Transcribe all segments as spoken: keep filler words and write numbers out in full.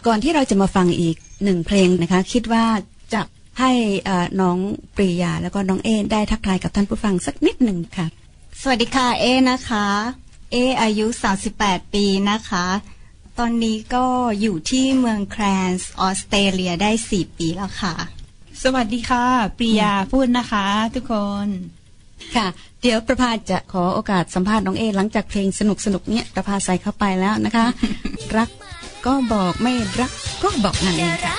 ก่อนที่เราจะมาฟังอีกหนึ่งเพลงนะคะคิดว่าจะให้น้องปรียาแล้วก็น้องเอได้ทักทายกับท่านผู้ฟังสักนิดหนึ่งค่ะสวัสดีค่ะเอนะคะเออายุสามสิบแปดปีนะคะตอนนี้ก็อยู่ที่เมืองแคลนส์ออสเตรเลียได้สี่ปีแล้วค่ะสวัสดีค่ะปรียาพูดนะคะทุกคนค่ะเดี๋ยวประภาจะขอโอกาสสัมภาษณ์น้องเอหลังจากเพลงสนุกสนุกเนี้ยประภาใส่เข้าไปแล้วนะคะ รักก็บอกไม่รักก็บอกนั่นเองค่ะ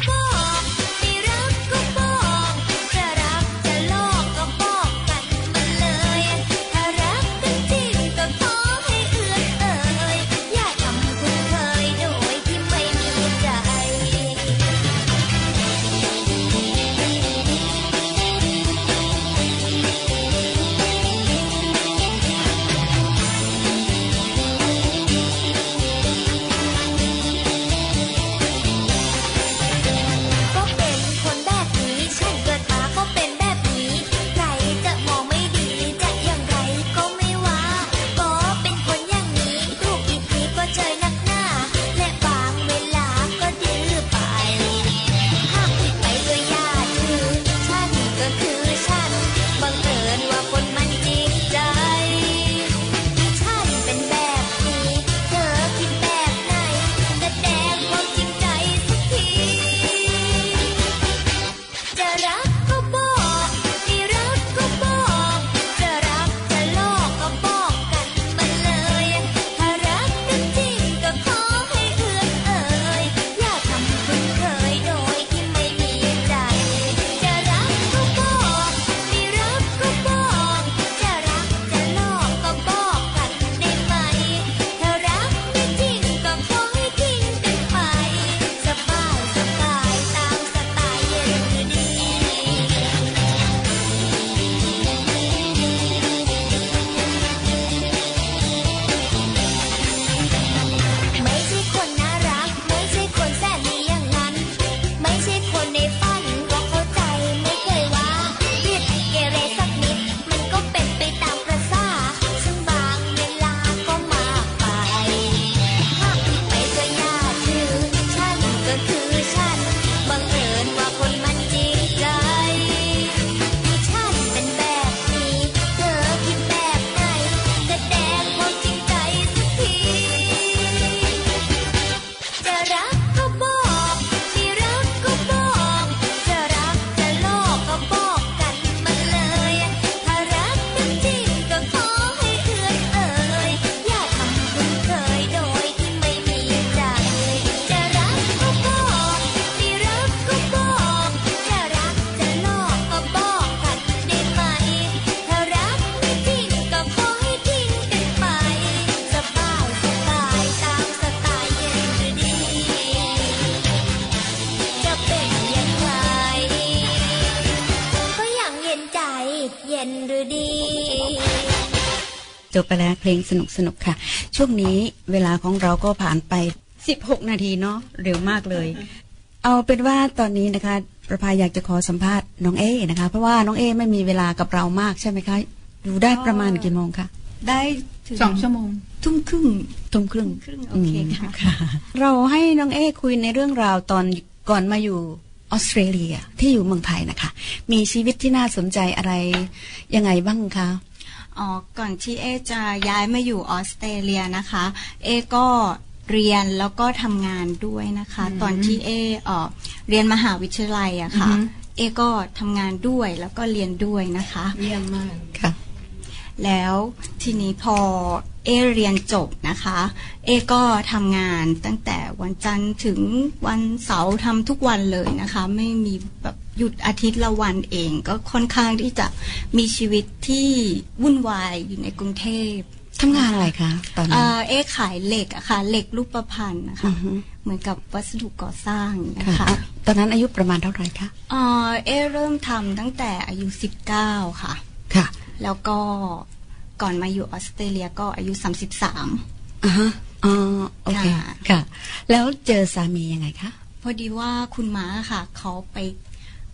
จบไปแล้วเพลงสนุกสนุกค่ะช่วงนี้เวลาของเราก็ผ่านไปสิบหกนาทีเนาะเร็วมากเลย เอาเป็นว่าตอนนี้นะคะประภาอยากจะขอสัมภาษณ์น้องเอนะคะเพราะว่าน้องเอไม่มีเวลากับเรามากใช่ไหมคะอยู่ได้ประมาณกี่โมงคะได้ถึงสองชั่วโมงทุ่มครึ่งทุ่มครึ่งโอเคค่ะเราให้น้องเอคุยในเรื่องราวตอนก่อนมาอยู่ออสเตรเลียที่อยู่เมืองไทยนะคะมีชีวิตที่น่าสนใจอะไรยังไงบ้างคะอ๋อก่อนที่เอจะย้ายมาอยู่ออสเตรเลียนะคะเอก็เรียนแล้วก็ทำงานด้วยนะคะตอนที่เอเออเรียนมหาวิทยาลัยอะค่ะเอก็ทำงานด้วยแล้วก็เรียนด้วยนะคะเยี่ยมมากค่ะแล้วทีนี้พอเอเรียนจบนะคะเอก็ทำงานตั้งแต่วันจันทร์ถึงวันเสาร์ทำทุกวันเลยนะคะไม่มีแบบหยุดอาทิตย์ละวันเองก็ค่อนข้างที่จะมีชีวิตที่วุ่นวายอยู่ในกรุงเทพทำงานอะไรคะตอนนั้นเอขายเหล็กอะค่ะเหล็กรูปพรรณนะคะเหมือนกับวัสดุก่อสร้างนะคะตอนนั้นอายุประมาณเท่าไหร่คะเอเริ่มทำตั้งแต่อายุสิบเก้าค่ะค่ะแล้วก็ก่อนมาอยู่ออสเตรเลียก็อายุสามสิบสามอ่าฮะอ๋อโอเคค่ะแล้วเจอสามียังไงคะพอดีว่าคุณม้าค่ะเขาไป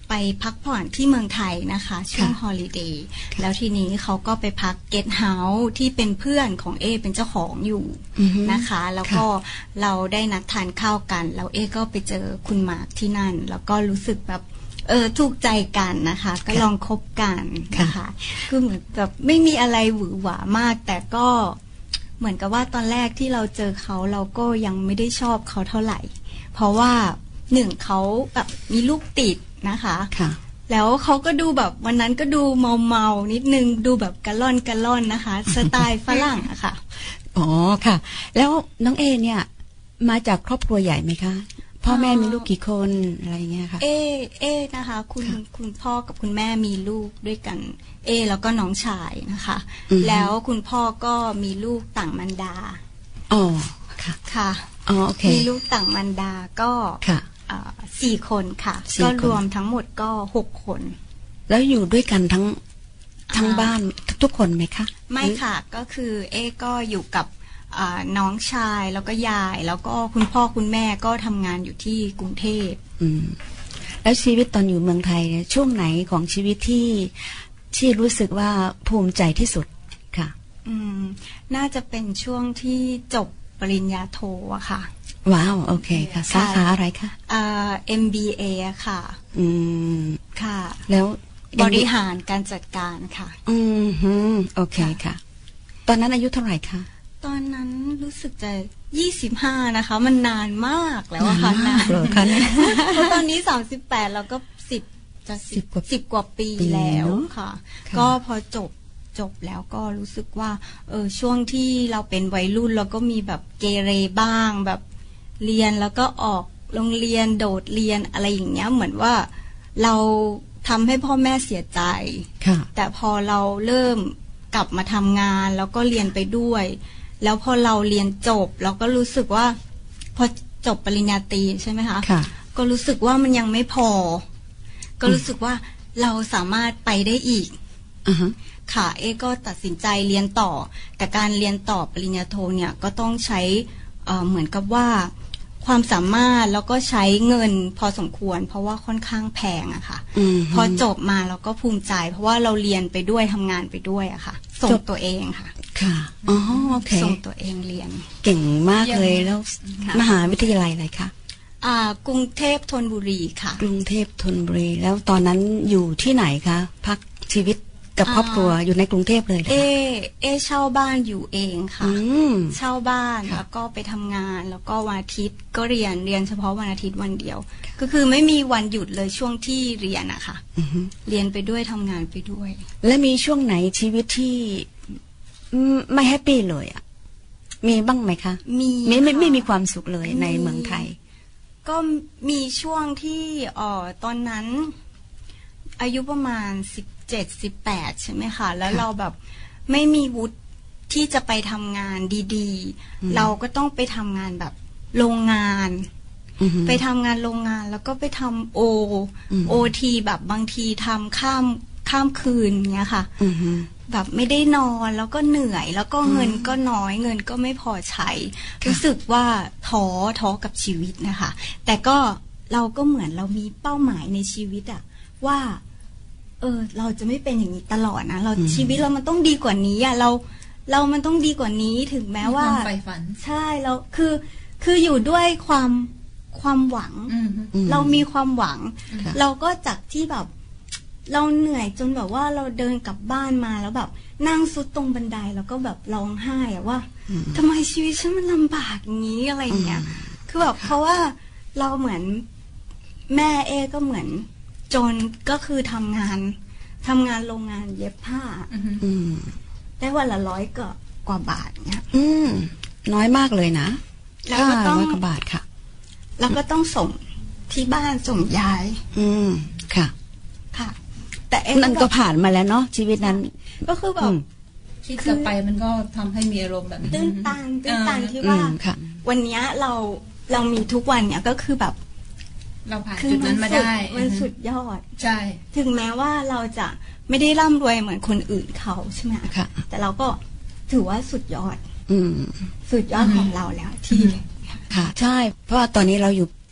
ไปพักผ่อนที่เมืองไทยนะคะช่วงฮอลิเดย์แล้วทีนี้เขาก็ไปพักเกสต์เฮาส์ที่เป็นเพื่อนของเอเป็นเจ้าของอยู่นะคะแล้วก็เราได้นัดทานข้าวกันแล้วเอก็ไปเจอคุณมาร์คที่นั่นแล้วก็รู้สึกแบบเออถูกใจกันนะคะก็ลองคบกันนะคะคือเหมือนแบบไม่มีอะไรหวือหวามากแต่ก็เหมือนกับว่าตอนแรกที่เราเจอเขาเราก็ยังไม่ได้ชอบเขาเท่าไหร่เพราะว่าหนึ่งเขาแบบมีลูกติดนะคะแล้วเขาก็ดูแบบวันนั้นก็ดูเมาเมานิดนึงดูแบบกะล่อนกะล่อนนะคะสไตล์ฝรั่งอะค่ะอ๋อค่ะแล้วน้องเอเนี่ยมาจากครอบครัวใหญ่ไหมคะพ่อแม่มีลูกกี่คนอะไรเงี้ยค่ะเอเอนะคะคุณคุณพ่อกับคุณแม่มีลูกด้วยกันเอแล้วก็น้องชายนะคะแล้วคุณพ่อก็มีลูกต่างมารดาอ๋อค่ะค่ะอ๋อโอเคมีลูกต่างมารดาก็ค่ะสี่คนค่ะก็รวมทั้งหมดก็หกคนแล้วอยู่ด้วยกันทั้งทั้งบ้านทุกคนไหมคะไม่ค่ะก็คือเอก็อยู่กับน้องชายแล้วก็ยายแล้วก็คุณพ่อคุณแม่ก็ทำงานอยู่ที่กรุงเทพอืมแล้วชีวิตตอนอยู่เมืองไทยเนี่ยช่วงไหนของชีวิตที่ที่รู้สึกว่าภูมิใจที่สุดค่ะอืมน่าจะเป็นช่วงที่จบปริญญาโทอะค่ะว้าวโอเคค่ะสาขาอะไรคะอ่า เอ็ม บี เอ อะค่ะอืมค่ะแล้วบริหารการจัดการค่ะอืมฮึโอเคค่ะตอนนั้นอายุเท่าไหร่คะตอนนั้นรู้สึกจะยี่สิบห้านะคะมันนานมากแล้วค่ะนานเลยค่ะเพราะตอนนี้สามสิบแปดแล้วก็สิบจะสิบสิบกว่าปีแล้วค่ะก็พอจบจบแล้วก็รู้สึกว่าเออช่วงที่เราเป็นวัยรุ่นเราก็มีแบบเกเรบ้างแบบเรียนแล้วก็ออกโรงเรียนโดดเรียนอะไรอย่างเงี้ยเหมือนว่าเราทำให้พ่อแม่เสียใจแต่พอเราเริ่มกลับมาทำงานแล้วก็เรียนไปด้วยแล้วพอเราเรียนจบเราก็รู้สึกว่าพอจบปริญญาตรีใช่ไหมคะก็รู้สึกว่ามันยังไม่พอก็รู้สึกว่าเราสามารถไปได้อีก uh-huh. ค่ะเอก็ตัดสินใจเรียนต่อแต่การเรียนต่อปริญญาโทเนี่ยก็ต้องใช้เอ่อเหมือนกับว่าความสามารถแล้วก็ใช้เงินพอสมควรเพราะว่าค่อนข้างแพงอะค่ะ uh-huh. พอจบมาเราก็ภูมิใจเพราะว่าเราเรียนไปด้วยทำงานไปด้วยอะค่ะส่งตัวเองค่ะค่ะอ๋อโอเคส่งตัวเองเรียนเก่งมากเลยแล้วมหาวิทยาลัยอะไรคะอ่ากรุงเทพธนบุรีค่ะกรุงเทพธนบุรีแล้วตอนนั้นอยู่ที่ไหนคะพักชีวิตกับครอบครัวอยู่ในกรุงเทพเลยเอเอเช่าบ้านอยู่เองค่ะเช่าบ้านแล้วก็ไปทำงานแล้วก็วันอาทิตย์ก็เรียนเรียนเฉพาะวันอาทิตย์วันเดียวก็คือไม่มีวันหยุดเลยช่วงที่เรียนอะค่ะเรียนไปด้วยทำงานไปด้วยและมีช่วงไหนชีวิตที่ไม่แฮปปี้เลยอ่ะมีบ้างไหมคะมีไม่ไม่ไม่มีความสุขเลยในเมืองไทยก็มีช่วงที่อ๋อตอนนั้นอายุประมาณสิบเจ็ดสิบแปดใช่ไหมคะแล้วเราแบบไม่มีวุฒิที่จะไปทำงานดีๆเราก็ต้องไปทำงานแบบโรงงานไปทำงานโรงงานแล้วก็ไปทำโอโอทีแบบบางทีทำข้ามข้ามคืนเงี้ยค่ะแบบไม่ได้นอนแล้วก็เหนื่อยแล้วก็เงินก็น้อยเงินก็ไม่พอใช้รู้สึกว่าท้อท้อกับชีวิตนะคะแต่ก็เราก็เหมือนเรามีเป้าหมายในชีวิตอะว่าเออเราจะไม่เป็นอย่างนี้ตลอดนะเราชีวิตเรามันต้องดีกว่านี้อะเราเรามันต้องดีกว่านี้ถึงแม้ว่าความใฝ่ฝันใช่เราคือคืออยู่ด้วยความความหวังเรามีความหวังเราก็จากที่แบบเราเหนื่อยจนแบบว่าเราเดินกลับบ้านมาแล้วแบบนั่งซุดตรงบันไดแล้วก็แบบร้องไห้อะว่าทำไมชีวิตฉันมันลำบากอย่างนี้อะไรอย่างเงี้ยคือแบบเพราะว่าเราเหมือนแม่เอก็เหมือนจนก็คือทำงานทำงานโรงงานเย็บผ้าได้วันละร้อยกว่ากว่าบาทเนี้ยอืมน้อยมากเลยนะแล้วก็ต้องร้อยกว่าบาทค่ะแล้วก็ต้องส่งที่บ้านส่งยายอืมค่ะค่ะแต่นั่นก็ผ่านมาแล้วเนาะชีวิตนั้นก็คือแบบคิดจะไปมันก็ทำให้มีอารมณ์แบบตื้นตันตื้นตันที่ว่าวันนี้เราเรามีทุกวันเนี่ยก็คือแบบเราผ่านจุดนั้นมาได้มันสุดยอดใช่ถึงแม้ว่าเราจะไม่ได้ร่ำรวยเหมือนคนอื่นเขาใช่ไหมค่ะแต่เราก็ถือว่าสุดยอดอืมสุดยอดของเราแล้วที่ค่ะใช่เพราะว่าตอนนี้เราอยู่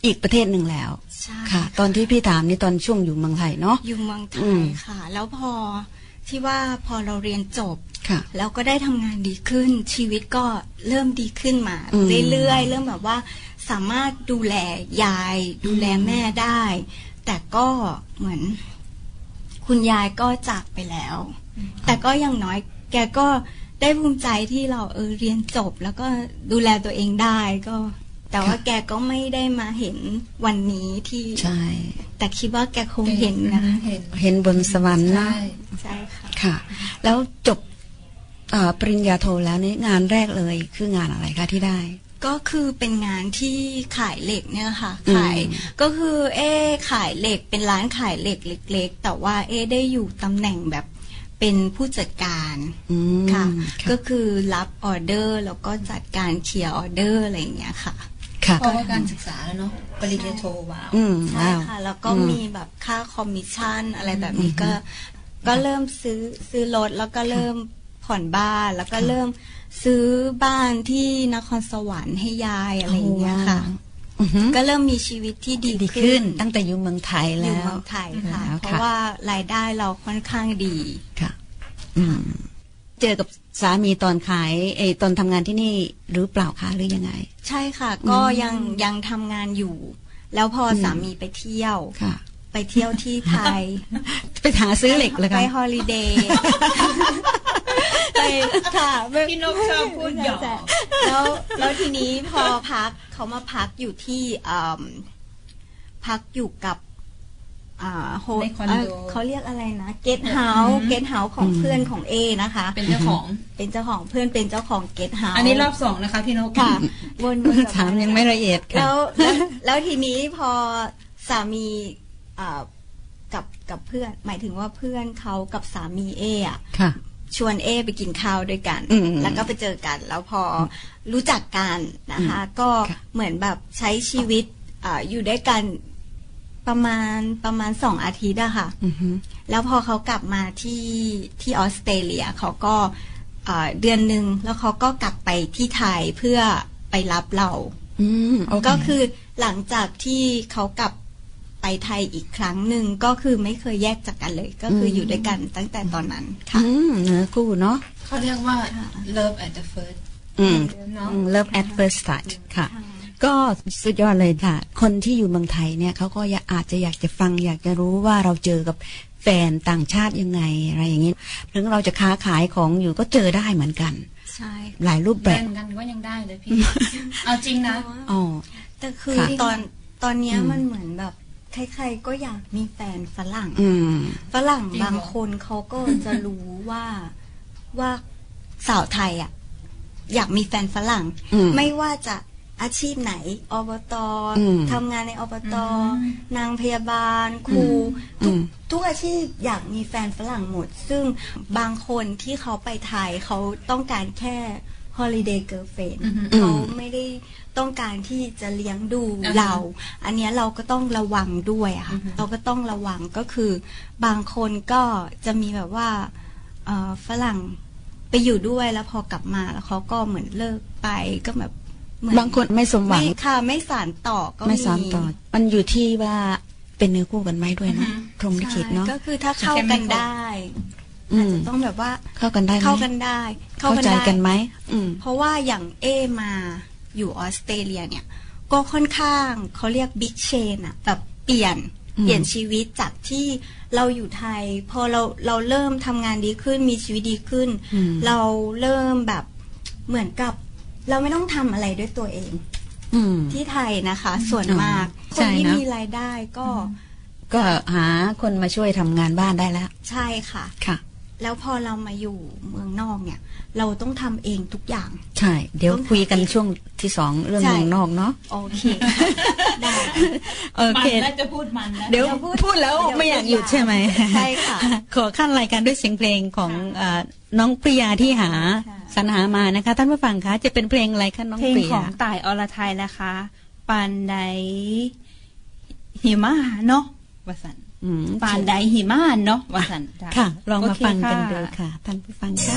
อีกประเทศหนึ่งแล้วค่ะตอนที่พี่ถามนี่ตอนช่วงอยู่เมืองไทยเนาะอยู่เมืองไทยค่ะแล้วพอที่ว่าพอเราเรียนจบแล้วก็ได้ทำงานดีขึ้นชีวิตก็เริ่มดีขึ้นมาเรื่อยๆเริ่มแบบว่าสามารถดูแลยายดูแลแม่ได้แต่ก็เหมือนคุณยายก็จากไปแล้วแต่ก็อย่างน้อยแกก็ได้ภูมิใจที่เราเออเรียนจบแล้วก็ดูแลตัวเองได้ก็แต่ว่าแกก็ไม่ได้มาเห็นวันนี้ที่ใช่แต่คิดว่าแกคงเห็นนะเห็นบนสวรรค์นะใช่ค่ะค่ะแล้วจบปริญญาโทแล้วนี่งานแรกเลยคืองานอะไรคะที่ได้ก็คือเป็นงานที่ขายเหล็กเนี่ยค่ะขายก็คือเอขายเหล็กเป็นร้านขายเหล็กเล็กๆแต่ว่าเอได้อยู่ตำแหน่งแบบเป็นผู้จัดการค่ะก็คือรับออเดอร์แล้วก็จัดการเคลียร์ออเดอร์อะไรอย่างเงี้ยค่ะเพราะว่าการศึกษาแล้วเนาะปริญญาโทว้าวใช่ค่ะแล้วก็มีแบบค่าคอมมิชชั่นอะไรแบบนี้ก็ก็เริ่มซื้อซื้อรถแล้วก็เริ่มผ่อนบ้านแล้วก็เริ่มซื้อบ้านที่นครสวรรค์ให้ยายอะไรอย่างเงี้ยค่ะก็เริ่มมีชีวิตที่ดีขึ้นตั้งแต่อยู่เมืองไทยแล้วอยู่เมืองไทยค่ะเพราะว่ารายได้เราค่อนข้างดีค่ะเจอกับสามีตอนขายไอ้ตอนทำงานที่นี่หรือเปล่าคะหรือยังไงใช่ค่ะก็ยังยังทำงานอยู่แล้วพอสามีไปเที่ยวไปเที่ยวที่ไทยไปหาซื้อเหล็กเลยค่ะไปฮอลิเดย์ไปค่ะพี่นกชอบพูดหยอกแล้วแล้วทีนี้พอพักเขามาพักอยู่ที่พักอยู่กับโฮเขาเรียกอะไรนะเกสต์เฮาส์เกสต์เฮาส์ของเพื่อนของเอนะคะเป็นเจ้าของเป็นเจ้าของเพื่อนเป็นเจ้าของเกสต์เฮาส์อันนี้รอบสองนะคะพี่นกค่ะวนถามยังไม่ละเอียดค่ะแล้วแล้วทีนี้พอสามีกับกับเพื่อนหมายถึงว่าเพื่อนเขากับสามีเออ่ะชวนเอไปกินข้าวด้วยกันแล้วก็ไปเจอกันแล้วพอรู้จักกันนะคะก็เหมือนแบบใช้ชีวิตอยู่ด้วยกันประมาณประมาณสองอาทิตย์อะค่ะแล้วพอเขากลับมาที่ที่ออสเตรเลียเขาก็เดือนหนึ่งแล้วเขาก็กลับไปที่ไทยเพื่อไปรับเราก็คือหลังจากที่เขากลับไปไทยอีกครั้งหนึ่งก็คือไม่เคยแยกจากกันเลยก็คืออยู่ด้วยกันตั้งแต่ตอนนั้นค่ะเนื้อคู่เนาะเขาเรียกว่า love at the first อืม love at first sight ค่ะก็สุดยอดเลยค่ะคนที่อยู่เมืองไทยเนี่ยเขาก็อาจจะอยากจะฟังอยากจะรู้ว่าเราเจอกับแฟนต่างชาติยังไงอะไรอย่างนี้ถึงเราจะค้าขายของอยู่ก็เจอได้เหมือนกันใช่หลายรูปแบบกันก็ยังได้เลยพี่เอาจริงนะอ๋อแต่คือตอนตอนนี้มันเหมือนแบบใครๆก็อยากมีแฟนฝรั่งฝรั่งบางคนเขาก็จะรู้ว่าว่าสาวไทยอ่ะอยากมีแฟนฝรั่งไม่ว่าจะอาชีพไหนอบต.ทำงานในอบต.นางพยาบาลครูทุกทุกอาชีพอยากมีแฟนฝรั่งหมดซึ่งบางคนที่เขาไปไทยเขาต้องการแค่ holiday girlfriend เขาไม่ได้ต้องการที่จะเลี้ยงดูเราอันนี้เราก็ต้องระวังด้วยค่ะเราก็ต้องระวังก็คือบางคนก็จะมีแบบว่าฝรั่งไปอยู่ด้วยแล้วพอกลับมาแล้วเขาก็เหมือนเลิกไปก็แบบบางคนไม่สมหวังค่ะไม่สานต่อก็ไม่สานต่อมันอยู่ที่ว่าเป็นเนื้อคู่กันไหมด้วยนะพรหมลิขิตเนาะก็คือถ้าเข้ากันได้อาจจะต้องแบบว่าเข้ากันได้เข้ากันได้เข้าใจกันไหมเพราะว่าอย่างเอมาอยู่ออสเตรเลียเนี่ยก็ค่อนข้างเขาเรียกบิ๊กเชนอะแบบเปลี่ยนเปลี่ยนชีวิตจากที่เราอยู่ไทยพอเราเราเริ่มทำงานดีขึ้นมีชีวิตดีขึ้นเราเริ่มแบบเหมือนกับเราไม่ต้องทำอะไรด้วยตัวเองที่ไทยนะคะส่วนมากคนที่มีรายได้ก็ก็หาคนมาช่วยทำงานบ้านได้แล้วใช่ค่ะค่ะแล้วพอเรามาอยู่เมืองนอกเนี่ยเราต้องทำเองทุกอย่างใช่เดี๋ยวคุยกันช่วงที่สองเรื่องเมืองนอกเนาะโอเคได้โอเคน่าจะพูดมันเดี๋ยวพูดแล้วไม่อยากหยุดใช่ไหมใช่ค่ะขอขั้นรายการด้วยเสียงเพลงของน้องปริยาที่หาสรรหามานะคะท่านผู้ฟังคะจะเป็นเพลงอะไรคะน้องปริยาเพลงของต่ายอรไทยนะคะปานใดหิมะเนาะวสันปานใดหิมะเนาะวสันค่ะลองมาฟังกันดูค่ะท่านผู้ฟังคะ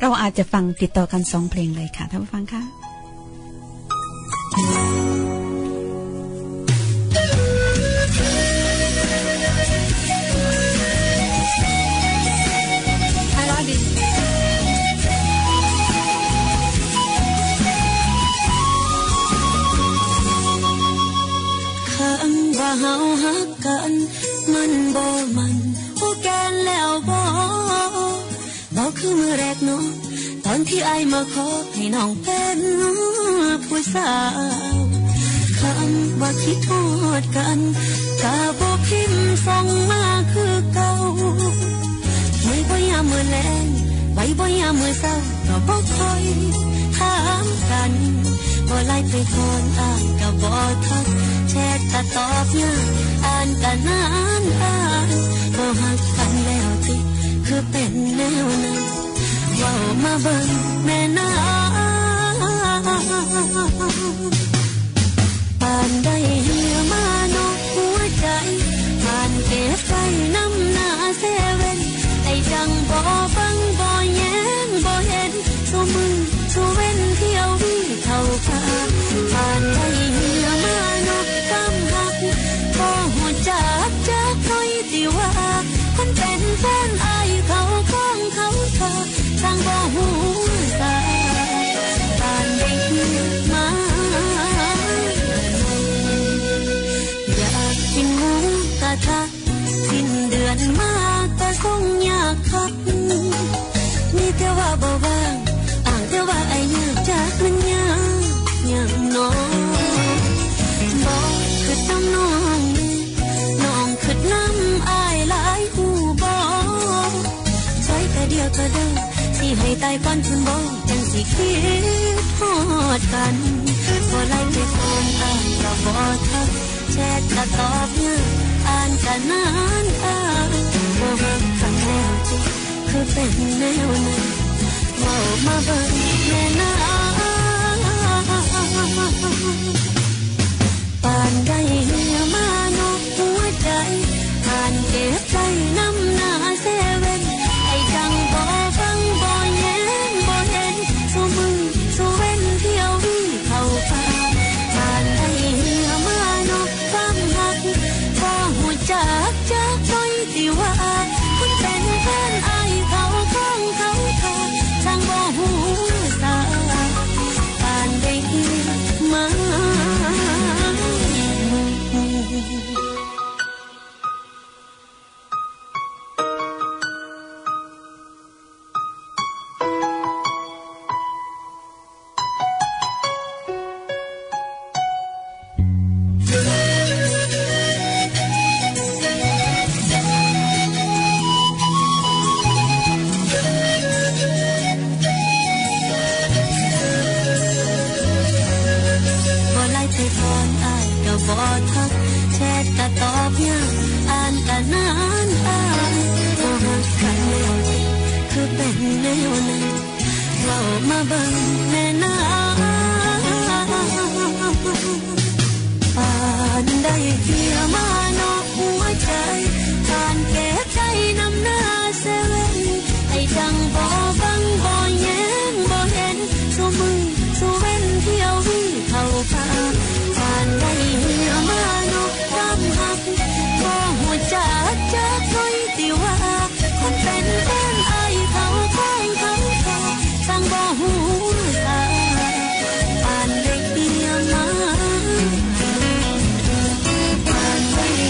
เราอาจจะฟังติดต่อกันสองเพลงเลยค่ะท่านผู้ฟังค่ะว่าเฮาฮักกันมันบ่มันบ่แกนแล้วบ่บ่คือมื้อแรกเนาะตอนที่อ้ายมาขอให้น้องเป็นผู้สาวคำว่าคิดฮอดกันก็บ่พิมพ์ส่งมาคือเก่าไม่บ่ยามมื้อแลงไว้บ่ยามมื้อเช้าก็บ่ค่อยถามกันบ่ไล่ไปก่อนอ้ายก็บ่ทักแชทก็ตอบยากอ่านก็นานอ่านบ่ฮักกันแล้วติคือเป็นแนวนั้นเว้ามาเบิ่งแม่นางปานได้เหี่ยมานอกหัวใจปานเก็บใจน้ำหน้าเซเว่นไอ้จังบ่ฟังบ่แย้งบ่เห็นสู้มือสู้เว้นเที่ยววิเข้าป่าปานได้เหี่ยมานอกกำหักบ่ฮู้จักจักค่อยสิว่าคนเป็นแฟนอ้ายเขาของเขาเธอทางบ่ฮู้สาปานได้เหี่ยมาอยากกินหมูกระทะสิ้นเดือนมาก็คงอยากคักมีแต่ว่าบ่ว่างอ่างแต่ว่าไอ้ยากจากมันยากยังน้องบ่คือน้ำน้องน้องคือน้ำอ้ายหลายหูบ่ใช้แต่เดียวก็ได้สิให้ตายก่อนคุณบ่จังสิคิดฮอดกันบ่ไล่ไปก่อนอ่านก็บ่ทักแชทก็ตอบยากอ่านก็นานอ่านบ่ฮักกันแล้วจิคือเป็นแนวนั้นเว้ามาเบิ่งแม่นางปานได้เหี่ยมานอกหัวใจปานเก็บใจน้ำหน้าเซเว่นไอ้จังบ่ฟังบ่แย้งบ่เห็นสู้มือสู้เว้นเที่ยววิเข้าป่าปานได้เหี่ยมานอกความหักบ่ฮู้จักจักค่อยสิว่าคนเป็นแฟนอ้ายเขาของเขาเธอทางบ่ฮู้สาปานได้เหี่ยมาบ่ทักแชทก็ตอบยากอ่านก็นานอ่านบ่ฮักกันแล้วจิคือเป็นแนวนั้นเว้ามาเบิ่งแม่นางปานได้เหี่ยมานอกหัวใจปานเก็บใจน้ำหน้าเซเว่นไอ้จังบ่ฟังบ่แย้งบ่เห็นสู้มือสู้เว้นเที่ยววิเข้าป่าปานได้เหี่ยมานอกกำหักบ่ฮู้จักจักค่อยสิว่าคนเป็นแฟนอ้ายเขาของเขาเธอทางบ่ฮู้สาปานได้เหี่ยมาปานได้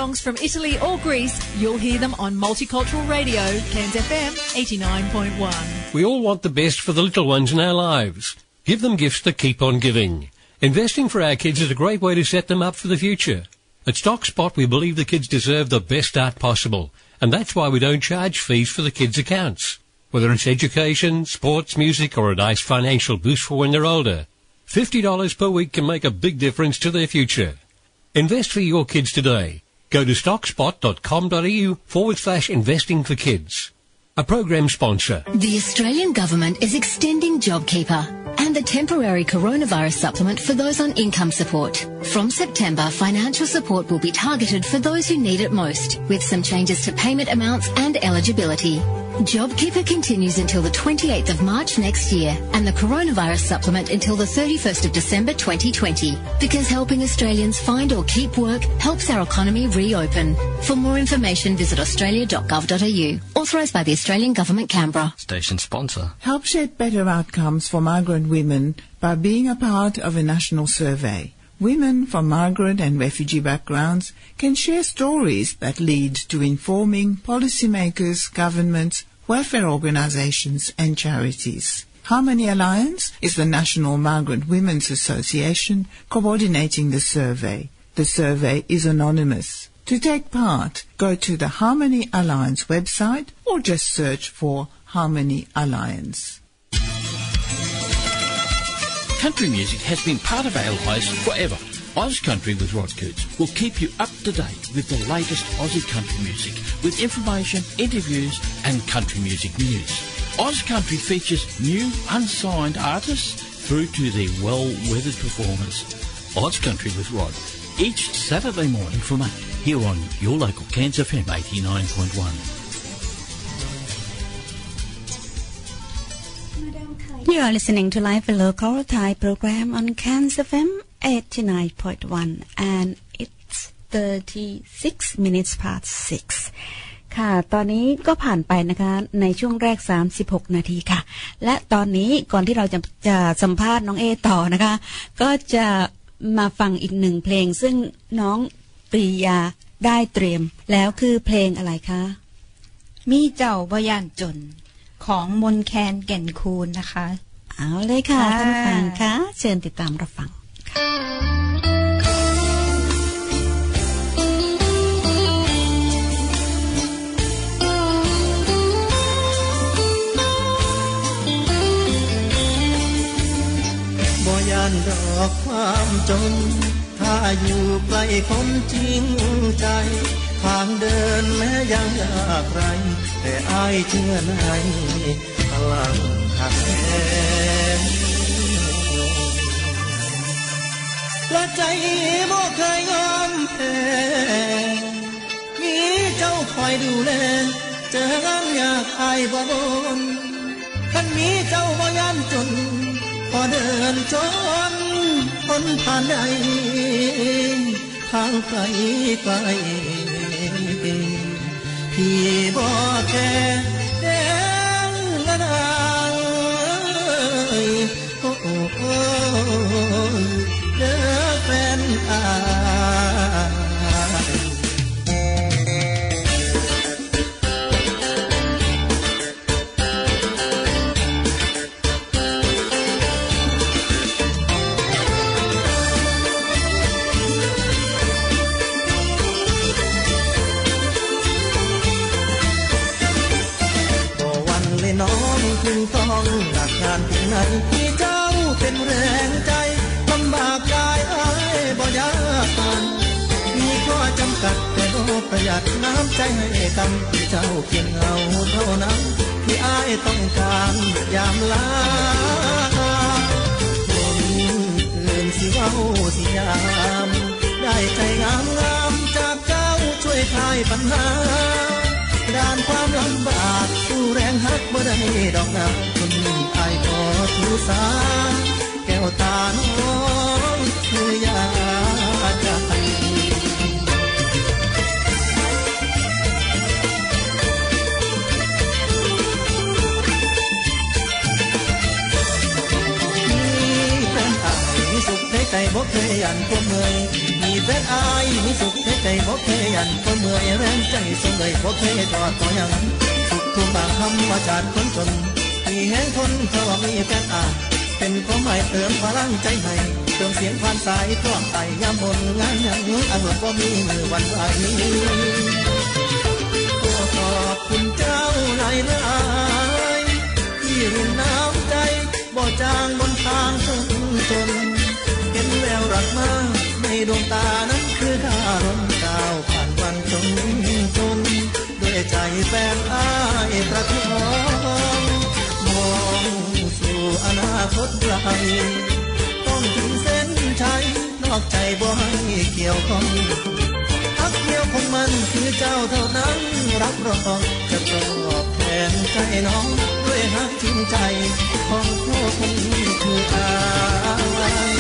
songs from Italy or Greece, you'll hear them on Multicultural Radio, Cairns F M eighty-nine point one. We all want the best for the little ones in our lives. Give them gifts that keep on giving. Investing for our kids is a great way to set them up for the future. At StockSpot, we believe the kids deserve the best start possible, and that's why we don't charge fees for the kids' accounts. Whether it's education, sports, music, or a nice financial boost for when they're older, fifty dollars per week can make a big difference to their future. Invest for your kids today. Go to stockspot.com.au forward slash investing for kids. A program sponsor. The Australian Government is extending JobKeeper and the temporary coronavirus supplement for those on income support. From September, financial support will be targeted for those who need it most, with some changes to payment amounts and eligibility. JobKeeper continues until the twenty-eighth of March next year and the coronavirus supplement until the thirty-first of December twenty twenty, because helping Australians find or keep work helps our economy reopen. For more information, visit australia dot gov dot a u. Authorised by the Australian Government, Canberra. Station sponsor. Help shape better outcomes for migrant women by being a part of a national survey. Women from migrant and refugee backgrounds can share stories that lead to informing policymakers, governments, welfare organisations and charities. Harmony Alliance is the National Migrant Women's Association coordinating the survey. The survey is anonymous. To take part, go to the Harmony Alliance website or just search for Harmony Alliance. Country music has been part of our lives forever. Oz Country with Rod Coots will keep you up to date with the latest Aussie country music, with information, interviews and country music news. Oz Country features new unsigned artists through to their well-weathered performers. Oz Country with Rod, each Saturday morning from eight, here on your local Cairns F M eighty-nine point one. You are listening to Live and Local Thai program on Cairns F M eighty-nine point one and it's thirty-six minutes past six ค่ะตอนนี้ก็ผ่านไปนะคะในช่วงแรกสามสิบหกนาทีค่ะและตอนนี้ก่อนที่เราจะจะสัมภาษณ์น้องเอต่อนะคะก็จะมาฟังอีกหนึ่งเพลงซึ่งน้องปรียาได้เตรียมแล้วคือเพลงอะไรคะมีเจ้าบ่ย่านจนของมนแคนแก่นคูนนะคะเอาเลยค่ะท่านผู้ฟังคะเชิญติดตามรับฟังบ่ย่านดอกความจนถ้าอยู่ใกล้คนจริงใจทางเดินแม้ยังยากไรแต่อ้ายเชื่อในพลังหักแท้และใจบ่เคยยอมแพ้มีเจ้าคอยดูแลเจองานยากอ้ายบ่บ่นคันมีเจ้าบ่ย่านจนพอเดินจนคนผ่านใดทางไกลไกลพี่บ่แค่แดงละนางโอ้โอ้เด้อแฟนอายน้องถึงต้องหนักงานถึงไหนที่เจ้าเป็นแรงใจลำบากกายอ้ายบ่ยากกันมีข้อจำกัดแต่โลประหยัดน้ำใจให้กันที่เจ้าเพียงเงาเท่านั้นที่อ้ายต้องการยามลาคนอื่นสิเว้าสิยามได้ใจงามงามจากเจ้าช่วยคลายปัญหาด้านความลำบากสู้แรงฮักบ่ได้ดอกนาคนนี้อายขอทูสาแก้วตาน้องคือยาใจมีแฟนอายมีสุขในใจบ่เคยยันความเมื่อยมีแฟนอายมีสุขในใจบ่เคยยันก็เมื่อยแรงใจส่งเลยบ่เคยทอดต่อยังสุขทุกบางคำว่าจากคนจนมีแห้งทนเพราะว่ามีแฟนอายเป็นความหมายเติมพลังใจให้เติมเสียงผ่านสายกล้องไต่ยามบนงานยังอันว่าบ่มีมือวันไหวขอบคุณเจ้าหลายหลายที่รินน้ำใจบ่จางบนทางจนจนเห็นแววรักมาในดวงตานั้นคือดาวดาวผ่านวันจนจนด้วยใจแฟนอ้ายประคองมองสู่อนาคตไกลต้องถึงเส้นชัยนอกใจบ่ให้เกี่ยวข้องทักเดียวของมันคือเจ้าเท่านั้นรับรองจะตอบแทนใจน้องด้วยฮักจริงใจของผู้คนคืออาย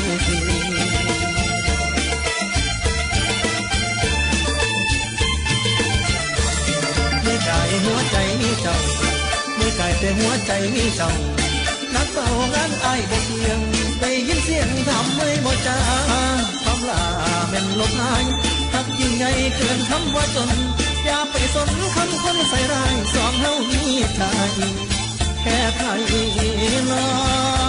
ไม่กายหัวใจมีเจ้าไม่กายแต่หัวใจมีเจ้านักเฝ้างานอ้ายบ่เพียงได้ยินเสียงทำไม่บ่จาคำลาเป็นลมหายทักยิ่งใหญ่เกินคำว่าจนอย่าไปสนคำคนใส่ร้ายสองเฮามีใจแค่ไทยน้อง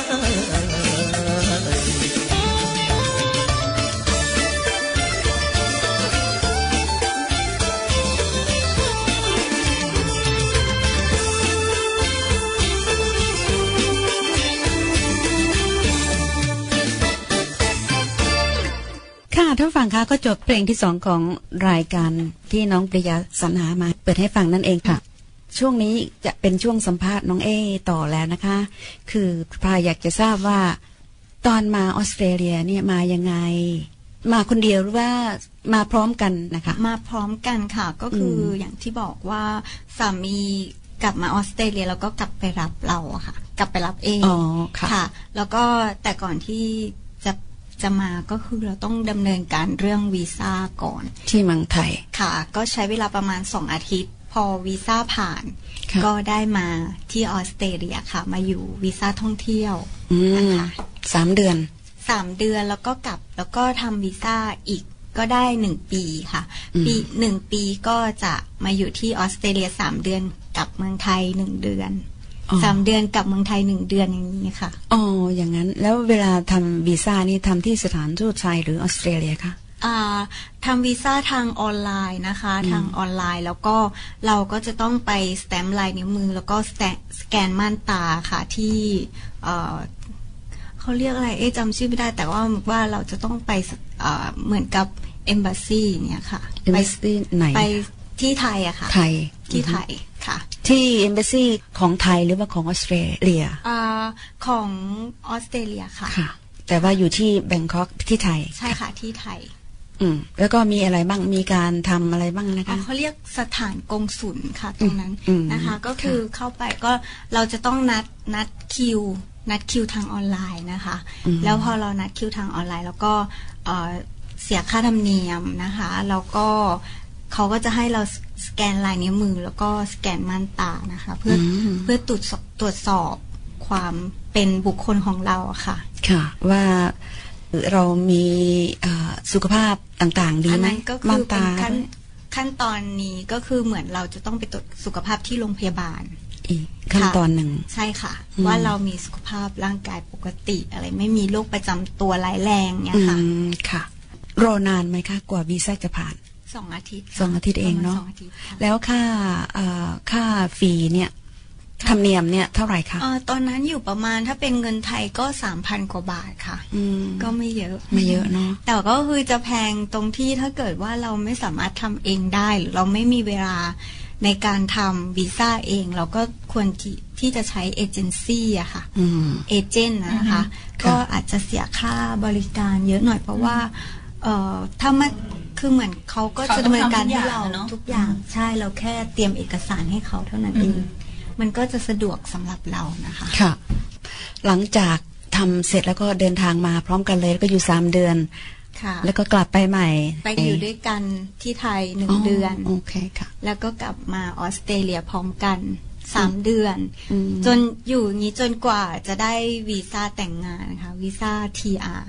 ค่ะท่านฟังคะก็จบเพลงที่สองของรายการที่น้องปริยาสรรหามาเปิดให้ฟังนั่นเองค่ะช่วงนี้จะเป็นช่วงสัมภาษณ์น้องเอต่อแล้วนะคะคือพาอยากจะทราบว่าตอนมาออสเตรเลียเนี่ยมายังไงมาคนเดียวหรือว่ามาพร้อมกันนะคะมาพร้อมกันค่ะก็คืออย่างที่บอกว่าสามีกลับมาออสเตรเลียแล้วก็กลับไปรับเราอะค่ะกลับไปรับเองอ๋อค่ะแล้วก็แต่ก่อนที่จะจะมาก็คือเราต้องดำเนินการเรื่องวีซ่าก่อนที่เมืองไทยค่ะก็ใช้เวลาประมาณสองอาทิตย์พอวีซ่าผ่านก็ได้มาที่ออสเตรเลียค่ะมาอยู่วีซ่าท่องเที่ยวนะคะสามเดือนสามเดือนแล้วก็กลับแล้วก็ทำวีซ่าอีกก็ได้หนึ่งปีค่ะปีหนึ่งปีก็จะมาอยู่ที่ออสเตรเลียสามเดือนกลับเมืองไทยหนึ่งเดือนสามเดือนกลับเมืองไทยหนึ่งเดือนอย่างนี้ค่ะอ๋ออย่างนั้นแล้วเวลาทำวีซ่านี่ทำที่สถานทูตไทยหรือออสเตรเลียคะอ่าทำวีซ่าทางออนไลน์นะคะทางออนไลน์แล้วก็เราก็จะต้องไปสแตมป์ลายนิ้วมือแล้วก็สแกนม่านตาค่ะที่เอ่อเขาเรียกอะไรเอ๊ะจำชื่อไม่ได้แต่ว่าว่าเราจะต้องไปเอ่อเหมือนกับเอมบาซีเนี่ยค่ะไปไหนไปที่ไทยอะค่ะไทยที่ไทยค่ะที่เอมบาซีของไทยหรือว่าของออสเตรเลียอ่าของออสเตรเลียค่ะค่ะแต่ว่าอยู่ที่แบงคอกที่ไทยใช่ค่ะที่ไทยอืมแล้วก็มีอะไรบ้างมีการทำอะไรบ้างนะคะเขาเรียกสถานกงสุลค่ะตรงนั้นนะคะก็คือเข้าไปก็เราจะต้องนัดนัดคิวนัดคิวทางออนไลน์นะคะแล้วพอเรานัดคิวทางออนไลน์แล้วก็เสียค่าธรรมเนียมนะคะแล้วก็เขาก็จะให้เราสแกนลายนิ้วมือแล้วก็สแกนม่านตานะคะเพื่อเพื่อตรวจตรวจสอบความเป็นบุคคลของเราค่ะค่ะว่าเรามีสุขภาพต่างๆดีไหมม่านตาขั้นขั้นตอนนี้ก็คือเหมือนเราจะต้องไปตรวจสุขภาพที่โรงพยาบาลอีกขั้นตอนหนึ่งใช่ค่ะว่าเรามีสุขภาพร่างกายปกติอะไรไม่มีโรคประจำตัวร้ายแรงเนี่ยค่ะค่ะรอนานไหมคะกว่าวีซ่าจะผ่านสองอาทิตย์สองอาทิตย์เองเนาะแล้วค่าค่าฟรีเนี่ยธรรมเนียมเนี่ยเท่าไหร่คะอ่าตอนนั้นอยู่ประมาณถ้าเป็นเงินไทยก็สามพันกว่าบาทค่ะก็ไม่เยอะไม่เยอะเนาะแต่ก็คือจะแพงตรงที่ถ้าเกิดว่าเราไม่สามารถทำเองได้หรือเราไม่มีเวลาในการทำวีซ่าเองเราก็ควรที่ที่จะใช้เอเจนซี่อะค่ะเอเจนต์นะคะก็อาจจะเสียค่าบริการเยอะหน่อยเพราะว่าเอ่อถ้ามันคือเหมือนเขาก็จะดำเนินการให้เราทุกอย่างใช่เราแค่เตรียมเอกสารให้เขาเท่านั้นเองมันก็จะสะดวกสำหรับเรานะคะค่ะหลังจากทำเสร็จแล้วก็เดินทางมาพร้อมกันเลยแล้วก็อยู่สามเดือนค่ะแล้วก็กลับไปใหม่ไปอยู่ด้วยกันที่ไทยหนึ่งเดือนโอเคค่ะแล้วก็กลับมาออสเตรเลียพร้อมกันสามเดือนจนอยู่งี้จนกว่าจะได้วีซ่าแต่งงานค่ะวีซ่า ที อาร์ ค่ะ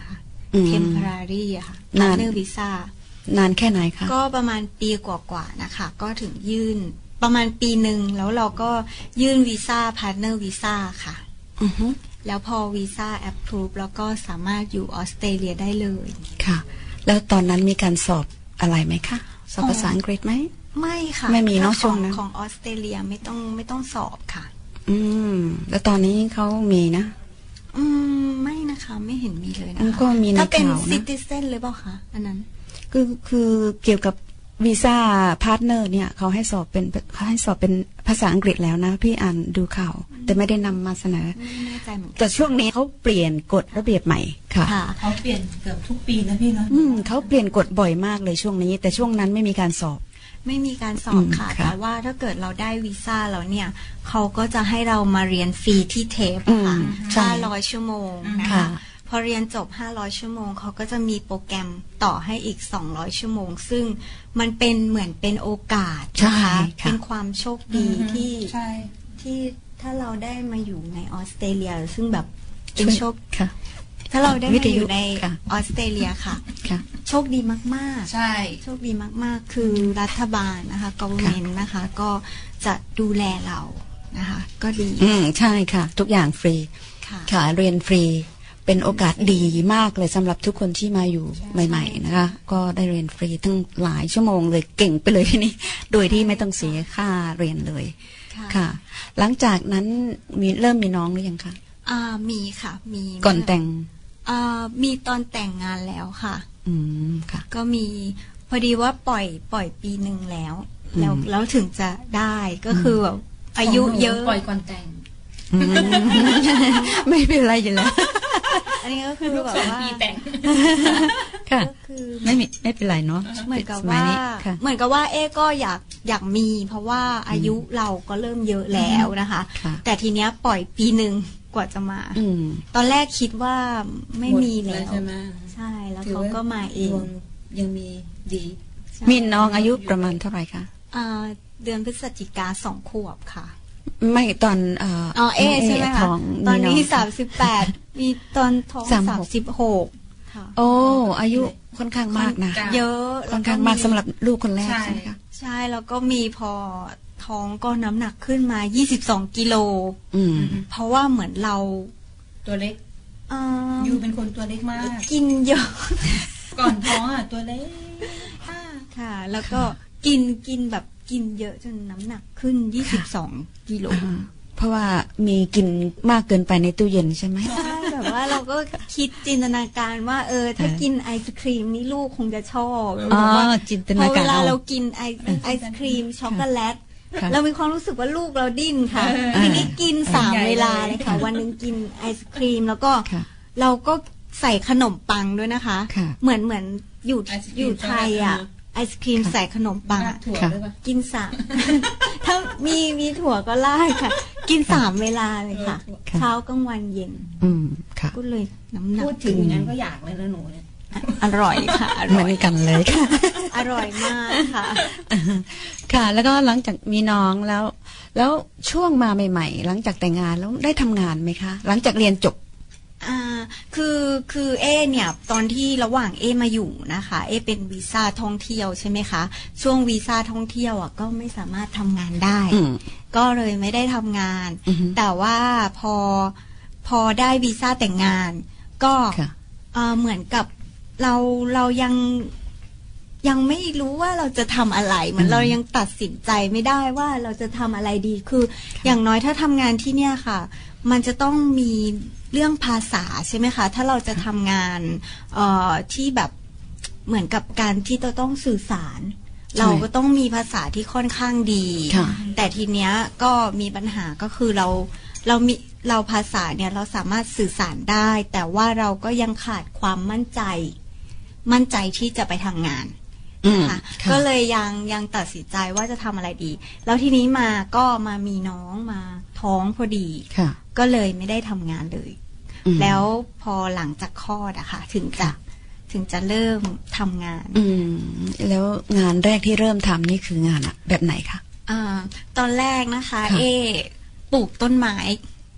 temporary อะค่ะนาน partner visa นานแค่ไหนคะก็ประมาณปีกว่าๆนะคะก็ถึงยื่นประมาณปีหนึ่งแล้วเราก็ยื่นวีซ่า partner visa ค่ะอือฮึแล้วพอวีซ่า approve แล้วก็สามารถอยู่ออสเตรเลียได้เลยค่ะแล้วตอนนั้นมีการสอบอะไรไหมคะสอบภาษาอังกฤษไหมไม่ค่ะไม่มีเนาะช่วงนั้นของออสเตรเลียไม่ต้องไม่ต้องสอบค่ะอืมแล้วตอนนี้เขามีนะอืมไม่นะคะไม่เห็นมีเลยนะคะก็มีในข่าวนะถ้าเป็น citizen เลยเปล่าคะอันนั้นคือคือเกี่ยวกับวีซ่าพาร์ทเนอร์เนี่ยเขาให้สอบเป็นเขาให้สอบเป็นภาษาอังกฤษแล้วนะพี่อ่านดูข่าวแต่ไม่ได้นำมาเสนอแต่ช่วงนี้เขาเปลี่ยนกฎระเบียบใหม่ค่ะเขาเปลี่ยนเกือบทุกปีนะพี่เนาะอืมเขาเปลี่ยนกฎบ่อยมากเลยช่วงนี้แต่ช่วงนั้นไม่มีการสอบไม่มีการสอบค่ะแต่ว่าถ้าเกิดเราได้วีซ่าแล้วเนี่ยเขาก็จะให้เรามาเรียนฟรีที่เทปค่ะห้าร้อยชั่วโมงนะคะพอเรียนจบห้าร้อยชั่วโมงเขาก็จะมีโปรแกรมต่อให้อีกสองร้อยชั่วโมงซึ่งมันเป็นเหมือนเป็นโอกาสนะคะเป็นความโชคดีที่ที่ถ้าเราได้มาอยู่ในออสเตรเลียซึ่งแบบเป็นโชคถ้าเราได้มาอยู่ในออสเตรเลียค่ะโชคดีมากๆใช่โชคดีมากๆคือรัฐบาลนะคะ government นะคะก็จะดูแลเรานะคะก็ดีอืมใช่ค่ะทุกอย่างฟรีค่ะเรียนฟรีเป็นโอกาสดีมากเลยสำหรับทุกคนที่มาอยู่ใหม่ๆนะคะก็ได้เรียนฟรีตั้งหลายชั่วโมงเลยเก่งไปเลยทีนี้โดยที่ไม่ต้องเสียค่าเรียนเลยค่ะหลังจากนั้นมีเริ่มมีน้องหรือยังคะอ่ามีค่ะมีก่อนแต่งอ่ามีตอนแต่งงานแล้วค่ะอืมค่ะก็มีพอดีว่าปล่อยปล่อยปีหนึ่งแล้วแล้วแล้วถึงจะได้ก็คือแบบอายุเยอะปล่อยก่อนแต่งไม่เป็นไรอยู่แล้วอันนี้ก็คือแบบว่าแต่งค่ะไม่มีไม่เป็นไรเนาะเหมือนกับว่าเหมือนกับว่าเอ๊ก็อยากอยากมีเพราะว่าอายุเราก็เริ่มเยอะแล้วนะคะแต่ทีเนี้ยปล่อยปีหนึ่งกว่าจะมาตอนแรกคิดว่าไม่มีแล้วใช่แล้วเขาก็มาเองยังมีดีมีน้องอายุประมาณเท่าไหร่คะเดือนพฤศจิกาสองขวบค่ะไม่ตอนเอ่ออ๋อเอใช่ไหมคะตอนนี้สามสิบแปดมีตอนท้องสามสิบหกโอ้อายุค่อนข้างมากนะเยอะค่อนข้างมากสำหรับลูกคนแรกใช่ไหมคะใช่แล้วก็มีพอท้องก็น้ำหนักขึ้นมายี่สิบสองกิโลเพราะว่าเหมือนเราตัวเล็กยูเป็นคนตัวเล็กมากกินเยอะก่อนท้องอ่ะตัวเล็กค่ะแล้วก็กินกินแบบกินเยอะจนน้ำหนักขึ้นยี่สิบสองกิโลเพราะว่ามีกินมากเกินไปในตู้เย็นใช่ไหมใช่แบบว่าเราก็คิดจินตนาการว่าเออถ้ากินไอศครีมนี่ลูกคงจะชอบอ๋อจินตนาการพอเวลาเรากินไอไอศครีมช็อกโกแลตเรามีความรู้สึกว่าลูกเราดิ้นค่ะทีนี้กินสามเวลาเลยค่ะวันนึงกินไอศครีมแล้วก็เราก็ใส่ขนมปังด้วยนะคะเหมือนเหมือนอยู่อยู่ไทยอ่ะไอศครีมใส่ขนมปังกินสามถ้ามีมีถั่วก็ไล่ค่ะกินสามเวลาเลยค่ะเช้ากลางวันเย็นอืมค่ะก็เลยน้ำหนักพูดถึงนั้นก็อยากเลยนะหนูเนี่ยอร่อยค่ะเหมือนกันเลยค่ะอร่อยมากค่ะค่ะแล้วก็หลังจากมีน้องแล้วแล้วช่วงมาใหม่ๆหลังจากแต่งงานแล้วได้ทำงานไหมคะหลังจากเรียนจบอ่าคือคือเอเนี่ยตอนที่ระหว่างเอมาอยู่นะคะเอเป็นวีซ่าท่องเที่ยวใช่ไหมคะช่วงวีซ่าท่องเที่ยวอ่ะก็ไม่สามารถทำงานได้ก็เลยไม่ได้ทำงานแต่ว่าพอพอได้วีซ่าแต่งงานก็เหมือนกับเราเรายังยังไม่รู้ว่าเราจะทำอะไรเหมือนเรายังตัดสินใจไม่ได้ว่าเราจะทำอะไรดีคืออย่างน้อยถ้าทำงานที่เนี่ยค่ะมันจะต้องมีเรื่องภาษาใช่ไหมคะถ้าเราจะทำงานเอ่อที่แบบเหมือนกับการที่เราต้องสื่อสารเราก็ต้องมีภาษาที่ค่อนข้างดีแต่ทีเนี้ยก็มีปัญหาก็คือเราเรามีเราภาษาเนี่ยเราสามารถสื่อสารได้แต่ว่าเราก็ยังขาดความมั่นใจมั่นใจที่จะไปทำงานนะคะก็เลยยังยังตัดสินใจว่าจะทำอะไรดีแล้วทีนี้มาก็มามีน้องมาท้องพอดีก็เลยไม่ได้ทำงานเลยแล้วพอหลังจากคลอดอะค่ะถึงจะถึงจะเริ่มทำงานอืมแล้วงานแรกที่เริ่มทำนี่คืองานอะแบบไหนคะอ่าตอนแรกนะคะเอปลูกต้นไม้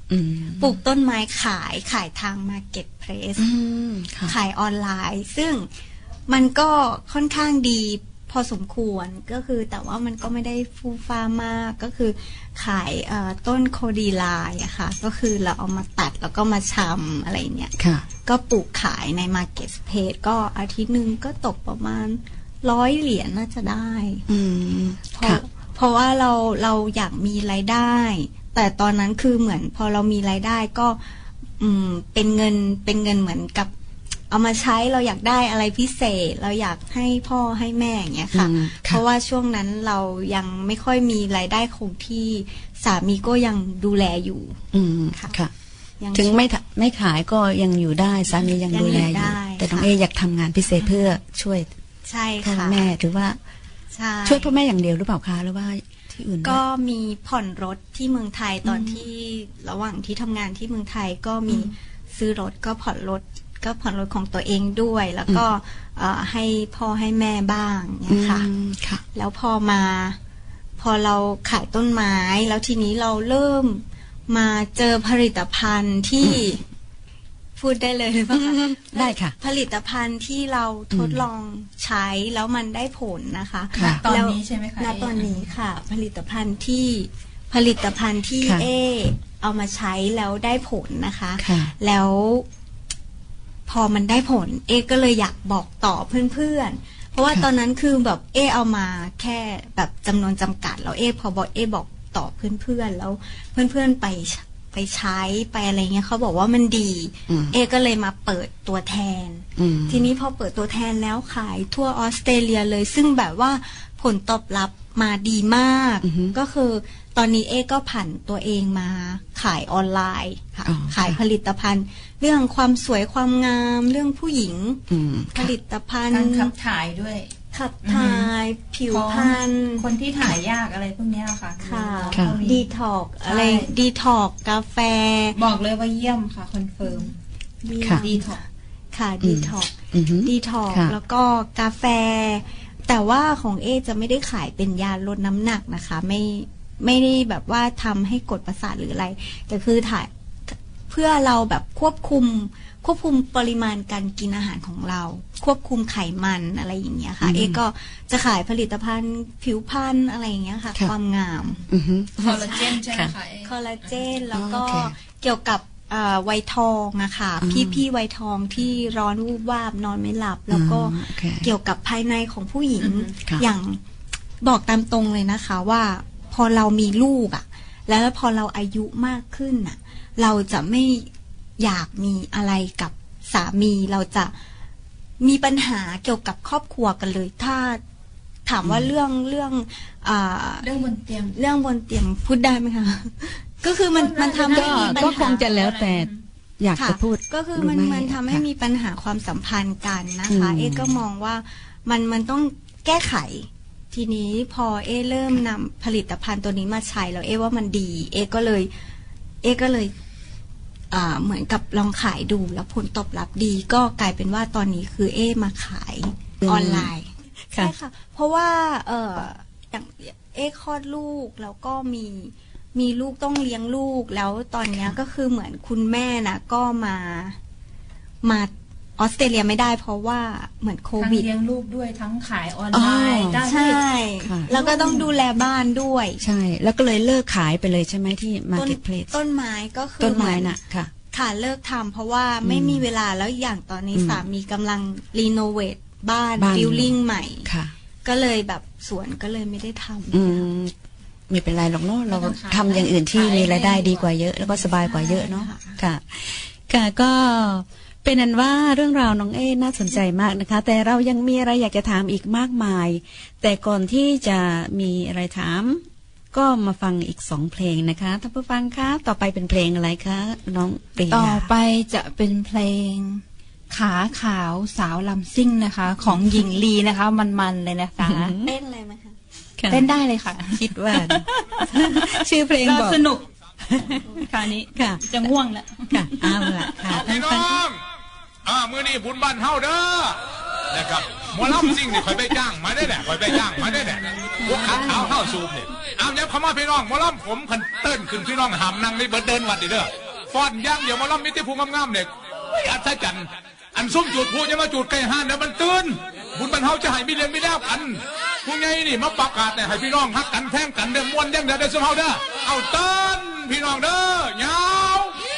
ปลูกต้นไม้ขายขายทาง Marketplace ขายออนไลน์ ซึ่งมันก็ค่อนข้างดีพอสมควรก็คือแต่ว่ามันก็ไม่ได้ฟูฟ้ามากก็คือขายต้นโคดีไลน์อะค่ะก็คือเราเอามาตัดแล้วก็มาชำอะไรเนี่ยก็ปลูกขายใน Marketplace ก็อาทิตย์หนึ่งก็ตกประมาณร้อยเหรียญน่าจะได้เพราะเพราะว่าเราเราอยากมีรายได้แต่ตอนนั้นคือเหมือนพอเรามีรายได้ก็อืมเป็นเงินเป็นเงินเหมือนกับเอามาใช้เราอยากได้อะไรพิเศษเราอยากให้พ่อให้แม่อย่างเงี้ยค่ะเพราะว่าช่วงนั้นเรายังไม่ค่อยมีรายได้คงที่สามีก็ยังดูแลอยู่อืมค่ะถึงไม่ไม่ขายก็ยังอยู่ได้สามียังดูแลอยู่แต่น้องเออยากทำงานพิเศษเพื่อช่วยใช่ค่ะพ่อแม่หรือว่าช่วยพ่อแม่อย่างเดียวหรือเปล่าคะหรือว่าที่อื่นก็มีผ่อนรถที่เมืองไทยตอนที่ระหว่างที่ทำงานที่เมืองไทยก็มีซื้อรถก็ผ่อนรถก็ผ่อนรถของตัวเองด้วยแล้วก็ให้พ่อให้แม่บ้างเนี่ยค่ะแล้วพอมาพอเราขายต้นไม้แล้วทีนี้เราเริ่มมาเจอผลิตภัณฑ์ที่พูดได้เลยหรือเปล่าได้ค่ะผลิตภัณฑ์ที่เราทดลองใช้แล้วมันได้ผลนะคะตอนนี้ใช่ไหมคะณตอนนี้ค่ะผลิตภัณฑ์ที่ผลิตภัณฑ์ที่เอเอามาใช้แล้วได้ผลนะคะแล้วพอมันได้ผลเอก็เลยอยากบอกต่อเพื่อนๆเพราะว่าตอนนั้นคือแบบเอเอามาแค่แบบจำนวนจำกัดแล้วเอพอบอกเอบอกต่อเพื่อนๆแล้วเพื่อนๆไปไปใช้ไปอะไรเงี้ยเขาบอกว่ามันดีเอก็เลยมาเปิดตัวแทนทีนี้พอเปิดตัวแทนแล้วขายทั่วออสเตรเลียเลยซึ่งแบบว่าผลตอบรับมาดีมากก็คือตอนนี้เอก็ผันตัวเองมาขายออนไลน์ค่ะขายผลิตภัณฑ์เรื่องความสวยความงามเรื่องผู้หญิงผลิตภัณฑ์การขับถ่ายด้วยขับถ่ายผิวพรรณคนที่ถ่ายยากอะไรพวกนี้ค่ะค่ะดีท็อกอะไรดีท็อกกาแฟบอกเลยว่าเยี่ยมค่ะคอนเฟิร์มดีท็อกค่ะดีท็อกดีท็อกแล้วก็กาแฟแต่ว่าของเอจะไม่ได้ขายเป็นยาลดน้ำหนักนะคะไม่ไม่ได้แบบว่าทำให้กดประสาทหรืออะไรแต่คือถ่ายเพื่อเราแบบควบคุมควบคุมปริมาณการกินอาหารของเราควบคุมไขมันอะไรอย่างเงี้ยค่ะเอก็จะขายผลิตภัณฑ์ผิวพรรณอะไรอย่างเงี้ยค่ะความงามคอลลาเจนใช่ไหมคะคอลลาเจนแล้วก็เกี่ยวกับไวทองอะค่ะพี่พี่ไวทองที่ร้อนวูบวาบนอนไม่หลับแล้วก็เกี่ยวกับภายในของผู้หญิงอย่างบอกตามตรงเลยนะคะว่าพอเรามีลูกอะแล้วพอเราอายุมากขึ้นอะเราจะไม่อยากมีอะไรกับสามีเราจะมีปัญหาเกี่ยวกับครอบครัวกันเลยถ้าถามว่าเรื่องเรื่องเรื่องบนเตียงเรื่องบนเตียงพูดได้ไหมคะก็คือมันมันทำให้มีปัญหาก็คงจะแล้วแต่อยากจะพูดก็คือมันมันทำให้มีปัญหาความสัมพันธ์กันนะคะเอก็มองว่ามันมันต้องแก้ไขทีนี้พอเอเริ่มนำผลิตภัณฑ์ตัวนี้มาใช้แล้วเอว่ามันดีเอก็เลยเอก็เลยอ่าเหมือนกับลองขายดูแล้วผลตอบรับดีก็กลายเป็นว่าตอนนี้คือเอมาขายออนไลน์ใช่ค่ะเพราะว่าเอออย่างเอคลอดลูกแล้วก็มีมีลูกต้องเลี้ยงลูกแล้วตอนนี้ก็คือเหมือนคุณแม่นะก็มามาออสเตรเลียไม่ได้เพราะว่าเหมือนโควิดทั้งเลี้ยงลูกด้วยทั้งขายออนไลน์ใช่แล้วก็ต้องดูแลบ้านด้วยใช่แล้วก็เลยเลิกขายไปเลยใช่ไหมที่ Marketplace ต้นไม้ก็คือต้นไม้น่ะค่ะค่ะเลิกทำเพราะว่าไม่มีเวลาแล้วอย่างตอนนี้สามีกำลังรีโนเวทบ้านบิลลิ่งใหม่ก็เลยแบบสวนก็เลยไม่ได้ทำไม่เป็นไรหรอกเนาะเราทำอย่างอื่นที่มีรายได้ดีกว่าเยอะแล้วก็สบายกว่าเยอะเนาะค่ะค่ะก็เป็นอันว่าเรื่องราวน้องเอน่าสนใจมากนะคะแต่เรายังมีอะไรอยากจะถามอีกมากมายแต่ก่อนที่จะมีอะไรถามก็มาฟังอีกสองเพลงนะคะท่านผู้ฟังคะต่อไปเป็นเพลงอะไรคะน้องปรียาต่อไปจะเป็นเพลงขาขาวสาวลำซิ่งนะคะของหญิงลีนะคะมันๆเลยนะคะเต้นอะไรไหมคะเต้นได้เลยค่ะคิดว่าชื่อเพลงบอกสนุกคราวนี้ค่ะจะง่วงแล้วค่ะเอาล่ะค่ะพี่น้องอ่ามื้อนี้บุญบ้านเฮาเด้อนะครับหมอลำซิ่งนี่คอยไปจ้างมาได้แหละคอยไปจ้างมาได้แหละพวกขาขาวเข้าซูมเนี่ยเอาเนี่ยเข้ามาพี่น้องหมอลำผมขันเต้นขึ้นพี่น้องหามนั่งในเบิร์ดเดินวัดเด้อฟ้อนย่างเดี๋ยวหมอลำมิตรภูงามๆเนี่ยอัศจรรย์อันส้มจุดพูจะมาจุดไก่ห้านแล้วมันตื่นบุญบรรเทาจะให้มีเรียนไม่แล้วกันผู้ใหญ่นี่มาประกาศแต่ให้พี่น้องฮักกันแท่งกันเดิมม้วนยังเดินได้สมเฮาเด้อเอาเต้นพี่น้องเด้อยาว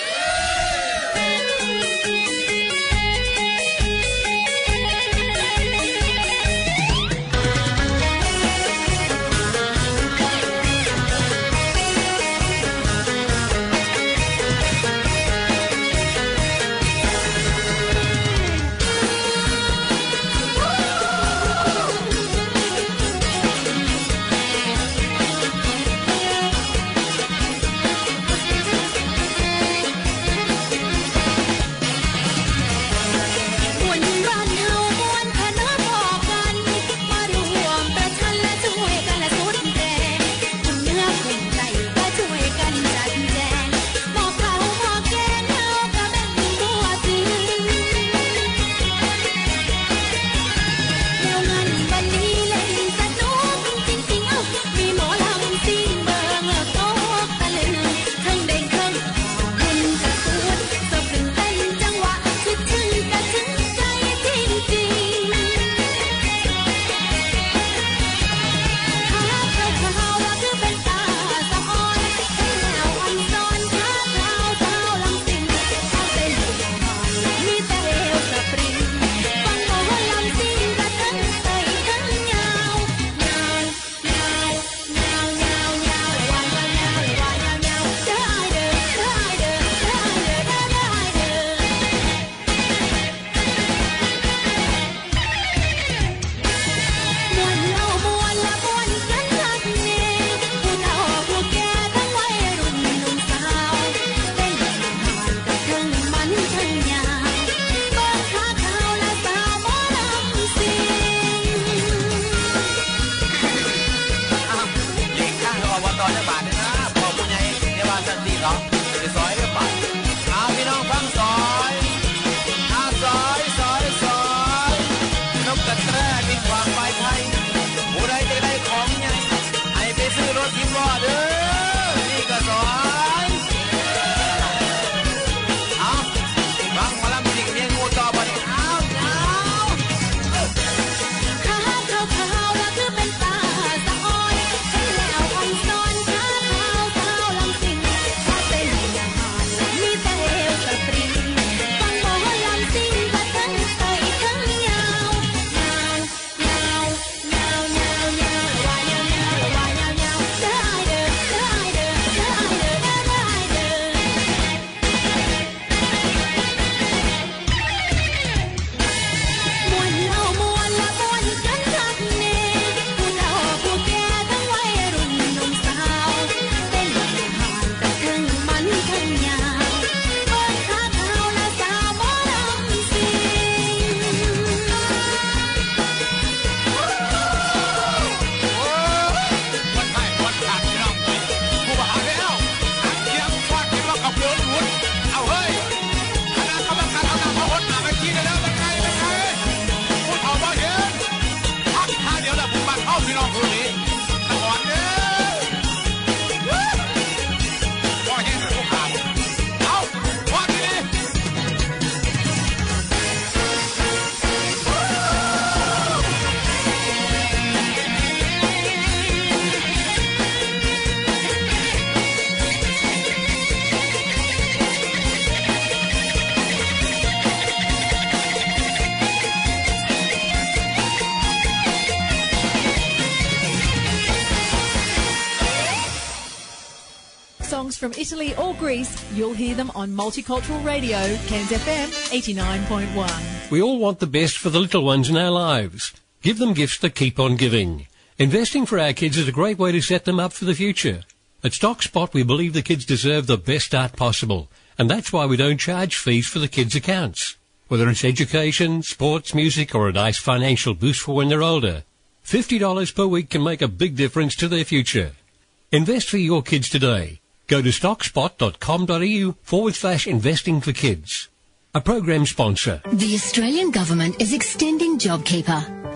Songs from Italy or Greece, you'll hear them on Multicultural Radio, Cairns F M eighty-nine point one. We all want the best for the little ones in our lives. Give them gifts that keep on giving. Investing for our kids is a great way to set them up for the future. At StockSpot, we believe the kids deserve the best start possible, and that's why we don't charge fees for the kids' accounts. Whether it's education, sports, music, or a nice financial boost for when they're older, fifty dollars per week can make a big difference to their future. Invest for your kids today. Go to stockspot.com.au forward slash investing for kids. A program sponsor. The Australian government is extending JobKeeper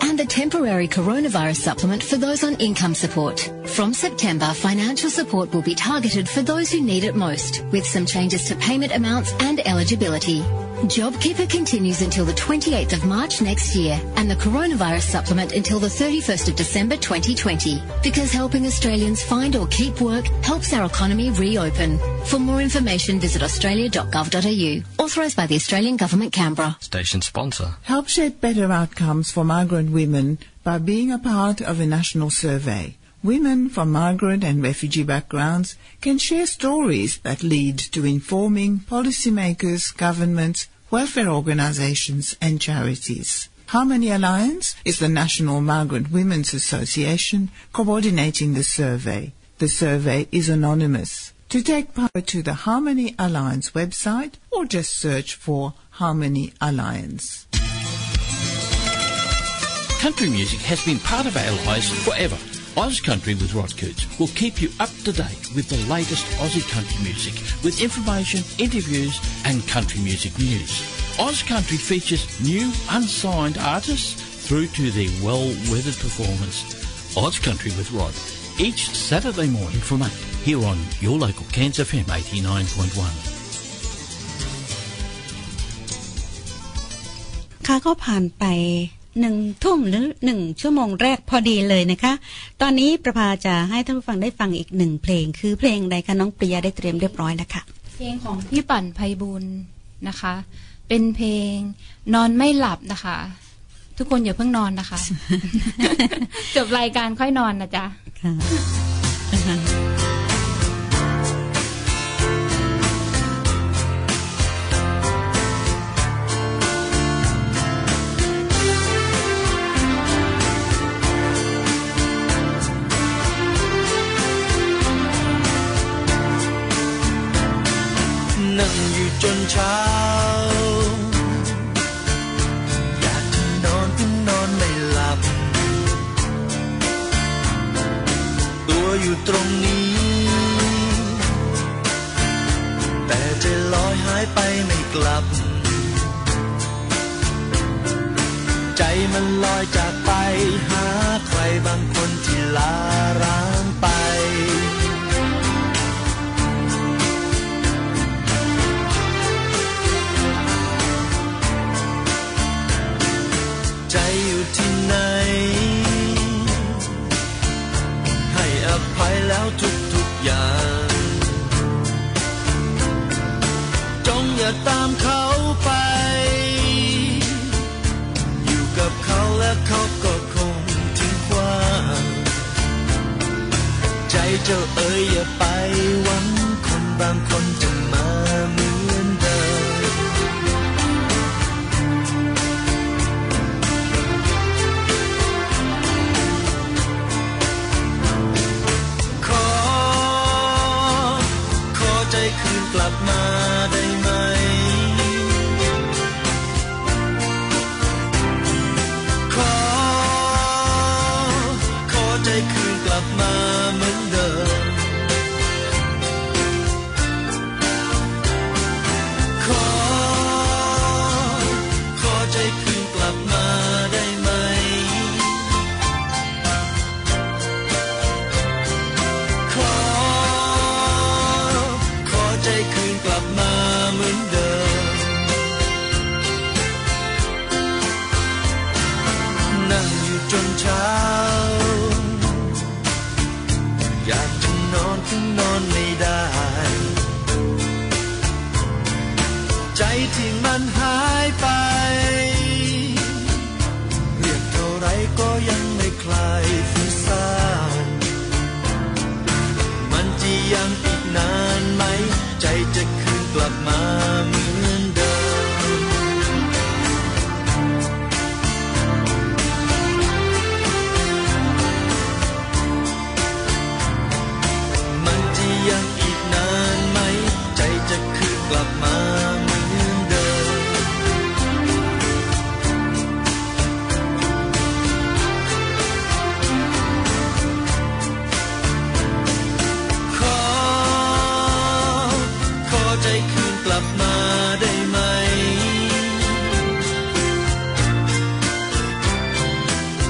and the temporary coronavirus supplement for those on income support. From September, financial support will be targeted for those who need it most, with some changes to payment amounts and eligibility. JobKeeper continues until the twenty-eighth of March next year and the coronavirus supplement until the thirty-first of December twenty twenty, because helping Australians find or keep work helps our economy reopen. For more information, visit australia dot gov dot a u. Authorised by the Australian Government, Canberra. Station sponsor. Help shape better outcomes for migrant women by being a part of a national survey. Women from migrant and refugee backgrounds can share stories that lead to informing policymakers, governments, welfare organisations and charities. Harmony Alliance is the National Migrant Women's Association coordinating the survey. The survey is anonymous. To take part to the Harmony Alliance website or just search for Harmony Alliance. Country music has been part of our lives forever. Oz Country with Rod Coots will keep you up to date with the latest Aussie country music, with information, interviews and country music news. Oz Country features new unsigned artists through to their well-weathered performance. Oz Country with Rod, each Saturday morning from eight, here on your local Cairns F M eighty-nine point one. ค่ะก็ผ่านไปหนึ่งทุ่มหรือหนึ่งชั่วโมงแรกพอดีเลยนะคะตอนนี้ประภาจะให้ท่านผู้ฟังได้ฟังอีกหนึ่งเพลงคือเพลงใดคะน้องปริยาได้เตรียมเรียบร้อยแล้วค่ะเพลงของพี่ปั่นไพบูลย์นะคะเป็นเพลงนอนไม่หลับนะคะทุกคนอย่าเพิ่งนอนนะคะ จบรายการค่อยนอนนะจ๊ะค่ะนั่งอยู่จนเช้าอยากจะนอนก็นอนไม่หลับตัวอยู่ตรงนี้แต่ใจลอยหายไปไม่กลับใจมันลอยจากไปหาใครบางคนที่ลาร้างไปใจอยู่ที่ไหนให้อภัยแล้วทุกๆอย่างจงอย่าตามเขาไปอยู่กับเขาและเขาก็คงทิ้งขว้างใจเจ้าเอ๋ยอย่าไปหวังคนบางคนจะมาเหมือนเดิมคืนกลับมาได้ไหมขอขอใจคืนกลับมาเหมือนเดิมขอขอใจคืนกลับมาได้ไหมขอใจคืนกลับมาเหมือนเดิมนั่งอยู่จนเช้าอยากจะนอนก็นอนไม่ได้ใจที่มันหายไปเรียกเท่าไรก็ยังไม่คลายฟุ้งซ่านมันจะยังอีกนานไหมใจจะคืนกลับมาเหมือนเดิมมันจะยังอีกนานไหมใจจะคืนกลับมาเหมือนเดิมขอใจคืนกลับมาได้ไหมข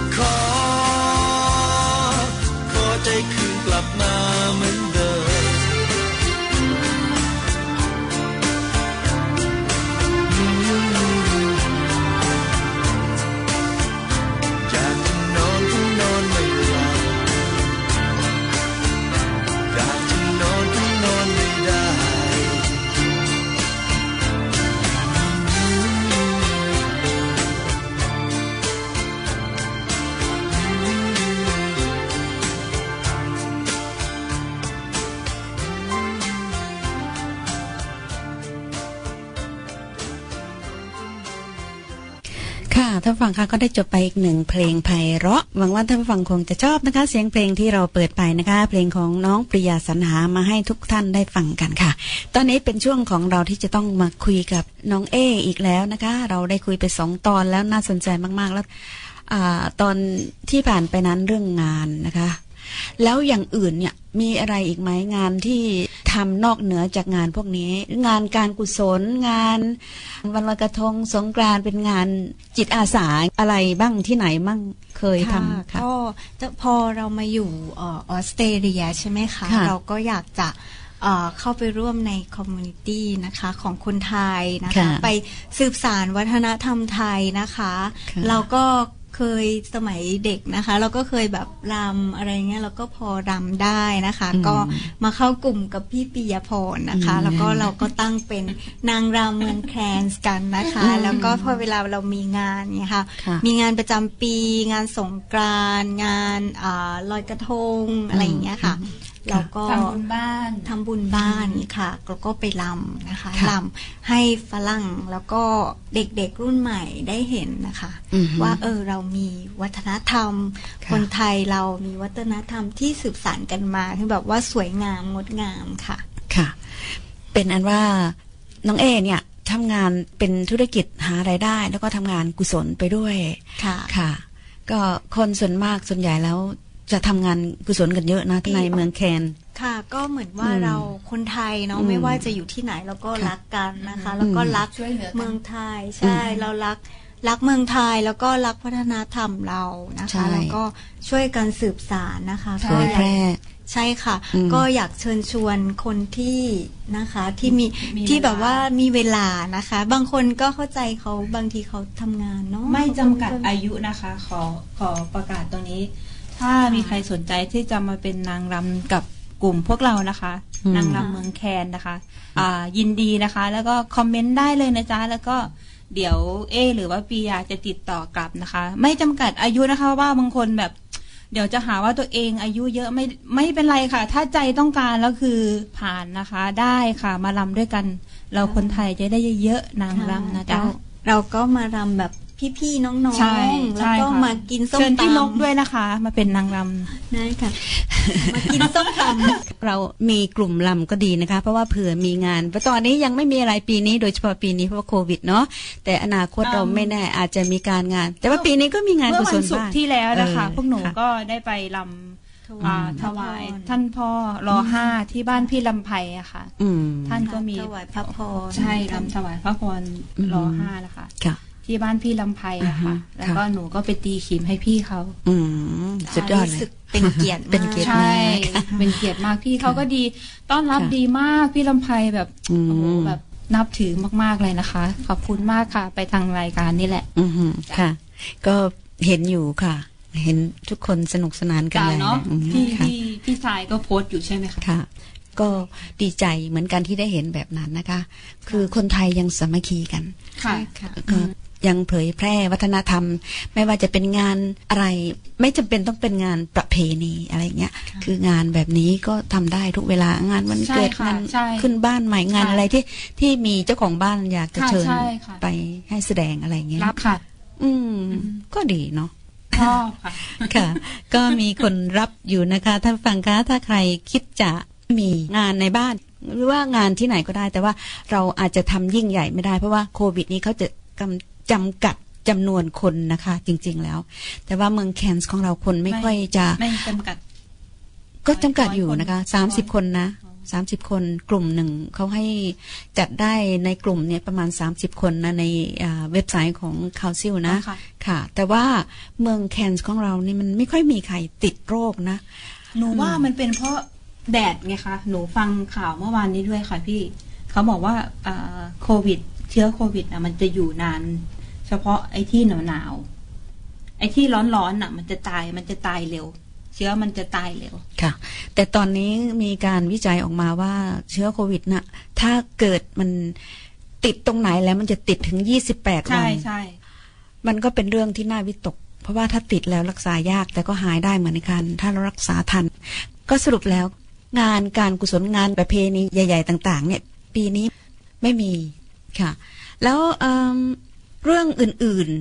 ค่ะท่านฟังค่ะก็ได้จบไปอีกหนึ่งเพลงไพเราะหวังว่าท่านฟังคงจะชอบนะคะเสียงเพลงที่เราเปิดไปนะคะเพลงของน้องปริยาสรรหามาให้ทุกท่านได้ฟังกันค่ะตอนนี้เป็นช่วงของเราที่จะต้องมาคุยกับน้องเออีกแล้วนะคะเราได้คุยไปสองตอนแล้วน่าสนใจมากๆแล้วอ่าตอนที่ผ่านไปนั้นเรื่องงานนะคะแล้วอย่างอื่นเนี่ยมีอะไรอีกไหมงานที่ทำนอกเหนือจากงานพวกนี้งานการกุศลงานวันลอยกระทงสงกรานต์เป็นงานจิตอาสาอะไรบ้างที่ไหนบ้างเคยทำค่ะก็พอเรามาอยู่ออสเตรเลียใช่ไหมคะเราก็อยากจะเข้าไปร่วมในคอมมูนิตี้นะคะของคนไทยนะคะไปสืบสานวัฒนธรรมไทยนะคะเราก็เคยสมัยเด็กนะคะเราก็เคยแบบรำอะไรเงี้ยเราก็พอรำได้นะคะก็มาเข้ากลุ่มกับพี่ปิยพรนะคะแล้วก็เราก็ตั้งเป็นนางรำเมืองแคลนส์กันนะคะแล้วก็พอเวลาเรามีงานเนี่ยค่ะมีงานประจำปีงานสงกรานต์งานลอยกระทงอะไรอย่างเงี้ยค่ะเราก็ทำบุญบ้านทำบุญบ้านนี่ค่ะแล้วก็ไปรำนะคะรำให้ฝรั่งแล้วก็เด็กๆรุ่นใหม่ได้เห็นนะคะว่าเออเรามีวัฒนธรรมคนไทยเรามีวัฒนธรรมที่สืบสานกันมาที่แบบว่าสวยงามงดงามค่ะค่ะเป็นอันว่าน้องเอเนี่ยทำงานเป็นธุรกิจหารายได้แล้วก็ทำงานกุศลไปด้วยค่ะค่ะก็คนส่วนมากส่วนใหญ่แล้วจะทำงานกุศลกันเยอะนะในเมืองแคนค่ะก็เหมือนว่าเราคนไทยเนาะไม่ว่าจะอยู่ที่ไหนเราก็รักกันนะคะแล้วก็รักเมืองไทยใช่เรารักรักเมืองไทยแล้วก็รักวัฒนธรรมเรานะคะแล้วก็ช่วยกันสืบสานนะคะเผยแพร่ใช่ค่ะก็อยากเชิญชวนคนที่นะคะที่มีที่แบบว่ามีเวลานะคะบางคนก็เข้าใจเขาบางทีเขาทำงานเนาะไม่จำกัดอายุนะคะขอขอประกาศตรงนี้ถ้ามีใครสนใจที่จะมาเป็นนางรำกับกลุ่มพวกเรานะคะนางรำเมืองแคนนะคะอ่ายินดีนะคะแล้วก็คอมเมนต์ได้เลยนะจ๊ะแล้วก็เดี๋ยวเอหรือว่าปียาจะติดต่อกลับนะคะไม่จำกัดอายุนะคะว่าบางคนแบบเดี๋ยวจะหาว่าตัวเองอายุเยอะไม่ไม่เป็นไรค่ะถ้าใจต้องการแล้วคือผ่านนะคะได้ค่ะมารำด้วยกันเราคนไทยจะได้เยอะๆนางรำนะจ๊ะเราก็มารำแบบพี่ๆน้องๆแล้วก็มากินส้มตำเชิญพี่นกด้วยนะคะมาเป็นนางรำได้ค่ะมากินส้มตำเรามีกลุ่มรำก็ดีนะคะเพราะว่าเผื่อมีงานเพราะตอนนี้ยังไม่มีอะไรปีนี้โดยเฉพาะปีนี้เพราะว่าโควิดเนาะแต่อนาคตเราไม่แน่อาจจะมีการงานแต่ว่าปีนี้ก็มีงานกุศลบ้างเมื่อวันศุกร์ที่แล้วนะคะพวกหนูก็ได้ไปรำถวายท่านพ่อรอห้าที่บ้านพี่ลำไพอะค่ะท่านก็มีถวายพระพรใช่รำถวายพระพรรอห้านะคะที่บ้านพี่ลำไพอะค่ะแล้วก็หนูก็ไปตีขีมให้พี่เขาอืมสุดยอดเลยเป็นเกียรติเป็นเกียรติใช่เป็นเกียรติมากพี่เขาก็ดีต้อนรับดีมากพี่ลำไพแบบโอ้โหแบบนับถือมากๆเลยนะคะขอบคุณมากค่ะไปทางรายการนี่แหละอือค่ะก็เห็นอยู่ค่ะเห็นทุกคนสนุกสนานกันเลยเนาะพี่พี่พี่ชายก็โพสต์อยู่ใช่ไหมคะค่ะก็ดีใจเหมือนกันที่ได้เห็นแบบนั้นนะคะคือคนไทยยังสามัคคีกันค่ะยังเผยแพร่วัฒนธรรมไม่ว่าจะเป็นงานอะไรไม่จำเป็นต้องเป็นงานประเพณีอะไรเงี้ยคืองานแบบนี้ก็ทำได้ทุกเวลางานวันเกิดงานขึ้นบ้านใหม่งานอะไรที่ที่มีเจ้าของบ้านอยากจะเชิญไปให้แสดงอะไรเงี้ยรับค่ะอืมก็ดีเนาะชอบค่ะค่ะก็มีคนรับอยู่นะคะท่านฟังคะถ้าใครคิดจะมีงานในบ้านหรือว่างานที่ไหนก็ได้แต่ว่าเราอาจจะทำยิ่งใหญ่ไม่ได้เพราะว่าโควิดนี้เขาจะกำจำกัดจำนวนคนนะคะจริงๆแล้วแต่ว่าเมืองแคนส์ของเราคนไม่ค่อยจะไม่จำกัดก็จำกัดอยู่นะคะสามสิบคนนะสามสิบคนกลุ่มหนึ่งเขาให้จัดได้ในกลุ่มเนี่ยประมาณสามสิบคนนะในเว็บไซต์ของคาวซิลนะค่ะแต่ว่าเมืองแคนส์ของเรานี่มันไม่ค่อยมีใครติดโรคนะหนูว่ามันเป็นเพราะแดดไงคะหนูฟังข่าวเมื่อวานนี้ด้วยค่ะพี่เขาบอกว่าโควิดเชื้อโควิดอ่ะมันจะอยู่นานเฉพาะไอ้ที่หนาวหนาวไอ้ที่ร้อนร้อนอ่ะมันจะตายมันจะตายเร็วเชื้อมันจะตายเร็วค่ะแต่ตอนนี้มีการวิจัยออกมาว่าเชื้อโควิดน่ะถ้าเกิดมันติดตรงไหนแล้วมันจะติดถึงยี่สิบแปดวันใช่ใช่มันก็เป็นเรื่องที่น่าวิตกเพราะว่าถ้าติดแล้วรักษายากแต่ก็หายได้เหมือนกันถ้าเรารักษาทันก็สรุปแล้วงานการกุศลงานประเพณีใหญ่ๆต่างๆเนี่ยปีนี้ไม่มีค่ะแล้ว เ, เรื่องอื่นๆ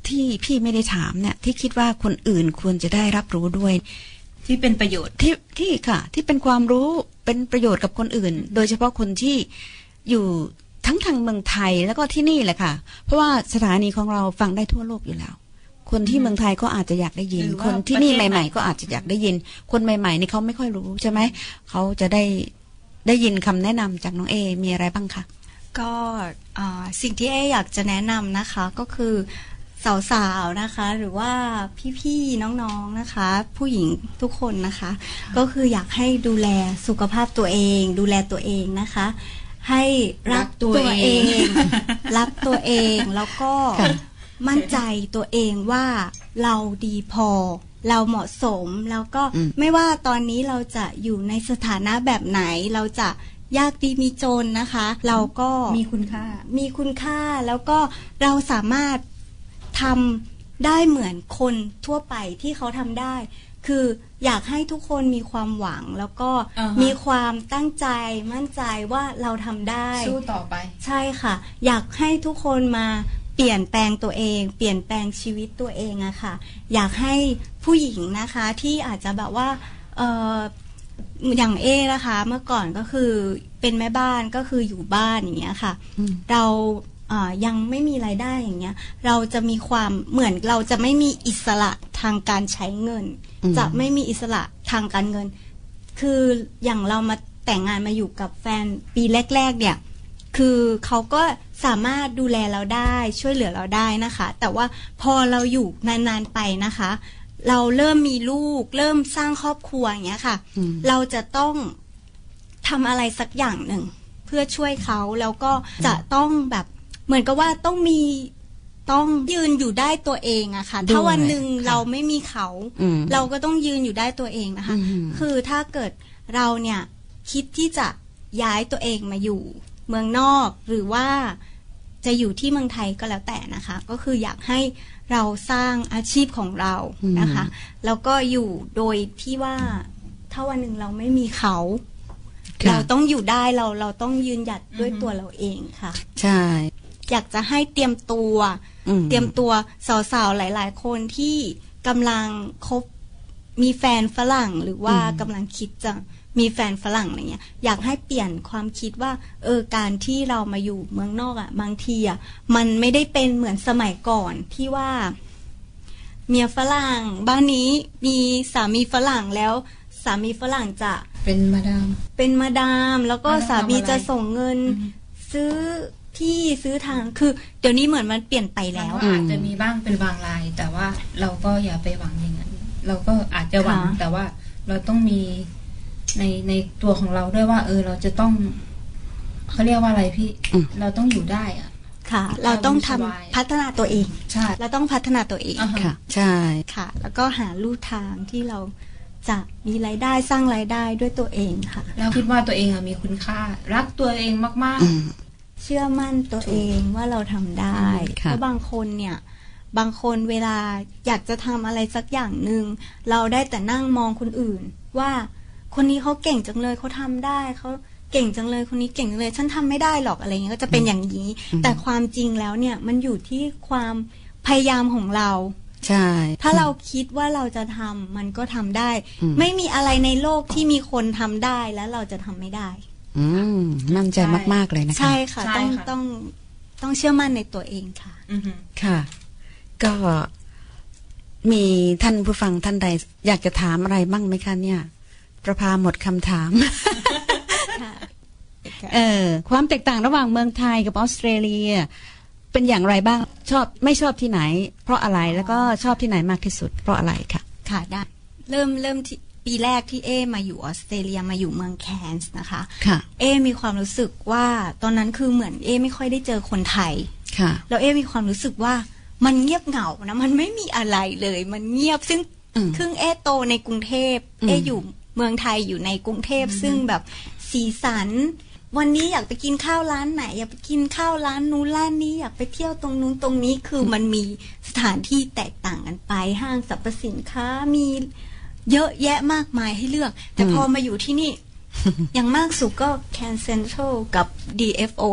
ที่พี่ไม่ได้ถามเนี่ยที่คิดว่าคนอื่นควรจะได้รับรู้ด้วยที่เป็นประโยชน์ที่ที่ค่ะที่เป็นความรู้เป็นประโยชน์กับคนอื่นโดยเฉพาะคนที่อยู่ทั้งทางเมืองไทยแล้วก็ที่นี่แหละค่ะเพราะว่าสถานีของเราฟังได้ทั่วโลกอยู่แล้วคนที่เมืองไทยก็อาจจะอยากได้ยินคนที่นี่ใหม่ๆก็อาจจะอยากได้ยินคนใหม่ๆนี่เขาไม่ค่อยรู้ใช่ไหมเขาจะได้ได้ยินคำแนะนำจากน้องเอมีอะไรบ้างคะก็สิ่งที่เออยากจะแนะนำนะคะก็คือสาวๆนะคะหรือว่าพี่ๆน้องๆนะคะผู้หญิงทุกคนนะคะก็คืออยากให้ดูแลสุขภาพตัวเองดูแลตัวเองนะคะให้รักตัวเองรักตัวเองแล้วก็มั่นใจตัวเองว่าเราดีพอเราเหมาะสมแล้วก็ไม่ว่าตอนนี้เราจะอยู่ในสถานะแบบไหนเราจะยากดีมีจนนะคะเราก็มีคุณค่ามีคุณค่าแล้วก็เราสามารถทำได้เหมือนคนทั่วไปที่เขาทำได้คืออยากให้ทุกคนมีความหวังแล้วก็ uh-huh. มีความตั้งใจมั่นใจว่าเราทำได้สู้ต่อไปใช่ค่ะอยากให้ทุกคนมาเปลี่ยนแปลงตัวเองเปลี่ยนแปลงชีวิตตัวเองอะค่ะอยากให้ผู้หญิงนะคะที่อาจจะแบบว่าเอออย่างเอนะคะเมื่อก่อนก็คือเป็นแม่บ้านก็คืออยู่บ้านอย่างเงี้ยค่ะเรายังไม่มีรายได้อย่างเงี้ยเราจะมีความเหมือนเราจะไม่มีอิสระทางการใช้เงินจะไม่มีอิสระทางการเงินคืออย่างเรามาแต่งงานมาอยู่กับแฟนปีแรกๆเนี่ยคือเขาก็สามารถดูแลเราได้ช่วยเหลือเราได้นะคะแต่ว่าพอเราอยู่นานๆไปนะคะเราเริ่มมีลูกเริ่มสร้างครอบครัวอย่างเงี้ยค่ะเราจะต้องทำอะไรสักอย่างหนึ่งเพื่อช่วยเขาแล้วก็จะต้องแบบเหมือนกับว่าต้องมีต้องยืนอยู่ได้ตัวเองอะค่ะถ้าวันหนึ่งเราไม่มีเขาเราก็ต้องยืนอยู่ได้ตัวเองนะคะคือถ้าเกิดเราเนี่ยคิดที่จะย้ายตัวเองมาอยู่เมืองนอกหรือว่าจะอยู่ที่เมืองไทยก็แล้วแต่นะคะก็คืออยากให้เราสร้างอาชีพของเรานะคะแล้วก็อยู่โดยที่ว่าถ้าวันหนึ่งเราไม่มีเขาเราต้องอยู่ได้เราเราต้องยืนหยัดด้วยตัวเราเองค่ะใช่อยากจะให้เตรียมตัวเตรียมตัวสาวๆหลายๆคนที่กำลังคบมีแฟนฝรั่งหรือว่ากำลังคิดจะมีแฟนฝรั่งอะไรเงี้ยอยากให้เปลี่ยนความคิดว่าเออการที่เรามาอยู่เมืองนอกอ่ะบางทีอ่ะมันไม่ได้เป็นเหมือนสมัยก่อนที่ว่าเมียฝรั่งบ้านนี้มีสามีฝรั่งแล้วสามีฝรั่งจะเป็นมาดามเป็นมาดามแล้วก็สามีจะส่งเงินซื้อที่ซื้อทางคือเดี๋ยวนี้เหมือนมันเปลี่ยนไปแล้วอาจจะมีบ้างเป็นบางรายแต่ว่าเราก็อย่าไปหวังอย่างนั้นเราก็อาจจะหวังแต่ว่าเราต้องมีในในตัวของเราด้วยว่าเออเราจะต้องเขาเรียกว่าอะไรพี่เราต้องอยู่ได้อะค่ะเราต้องทำพัฒนาตัวเองใช่เราต้องพัฒนาตัวเองค่ะใช่ค่ะแล้วก็หาลู่ทางที่เราจะมีรายได้สร้างรายได้ด้วยตัวเองค่ะแล้วคิดว่าตัวเองมีคุณค่ารักตัวเองมากๆเชื่อมั่นตัวเองว่าเราทำได้เพราะบางคนเนี่ยบางคนเวลาอยากจะทำอะไรสักอย่างหนึ่งเราได้แต่นั่งมองคนอื่นว่าคนนี้เขาเก่งจังเลยเขาทำได้เขาเก่งจังเลยคนนี้เก่งจังเลยฉันทำไม่ได้หรอกอะไรเงี้ยก็จะเป็นอย่างนี้แต่ความจริงแล้วเนี่ยมันอยู่ที่ความพยายามของเราใช่ถ้าเราคิดว่าเราจะทำมันก็ทำได้ไม่มีอะไรในโลกที่มีคนทำได้แล้วเราจะทำไม่ได้อืมมั่นใจมากๆเลยนะคะใช่ค่ะต้องต้องต้องเชื่อมั่นในตัวเองค่ะค่ะก็มีท่านผู้ฟังท่านใดอยากจะถามอะไรบ้างไหมคะเนี่ยประภาหมดคำถามเออความแตกต่างระหว่างเมืองไทยกับออสเตรเลียเป็นอย่างไรบ้างชอบไม่ชอบที่ไหนเพราะอะไรแล้วก็ชอบที่ไหนมากที่สุดเพราะอะไรค่ะค่ะได้เริ่มเริ่มที่ปีแรกที่เอมาอยู่ออสเตรเลียมาอยู่เมืองแคนส์นะคะค่ะเอมีความรู้สึกว่าตอนนั้นคือเหมือนเอไม่ค่อยได้เจอคนไทยค่ะแล้วเอมีความรู้สึกว่ามันเงียบเหงานะมันไม่มีอะไรเลยมันเงียบซึ่งครึ่งเอโตในกรุงเทพเออยู่เมืองไทยอยู่ในกรุงเทพซึ่งแบบสีสันวันนี้อยากไปกินข้าวร้านไหนอยากไปกินข้าวร้านนู้นร้านนี้อยากไปเที่ยวตรงนู้นตรงนี้คือมันมีสถานที่แตกต่างกันไปห้างสรรพสินค้ามีเยอะแยะมากมายให้เลือกแต่พอมาอยู่ที่นี่ อย่างมากสุดก็ Can Central กับ ดี เอฟ โอ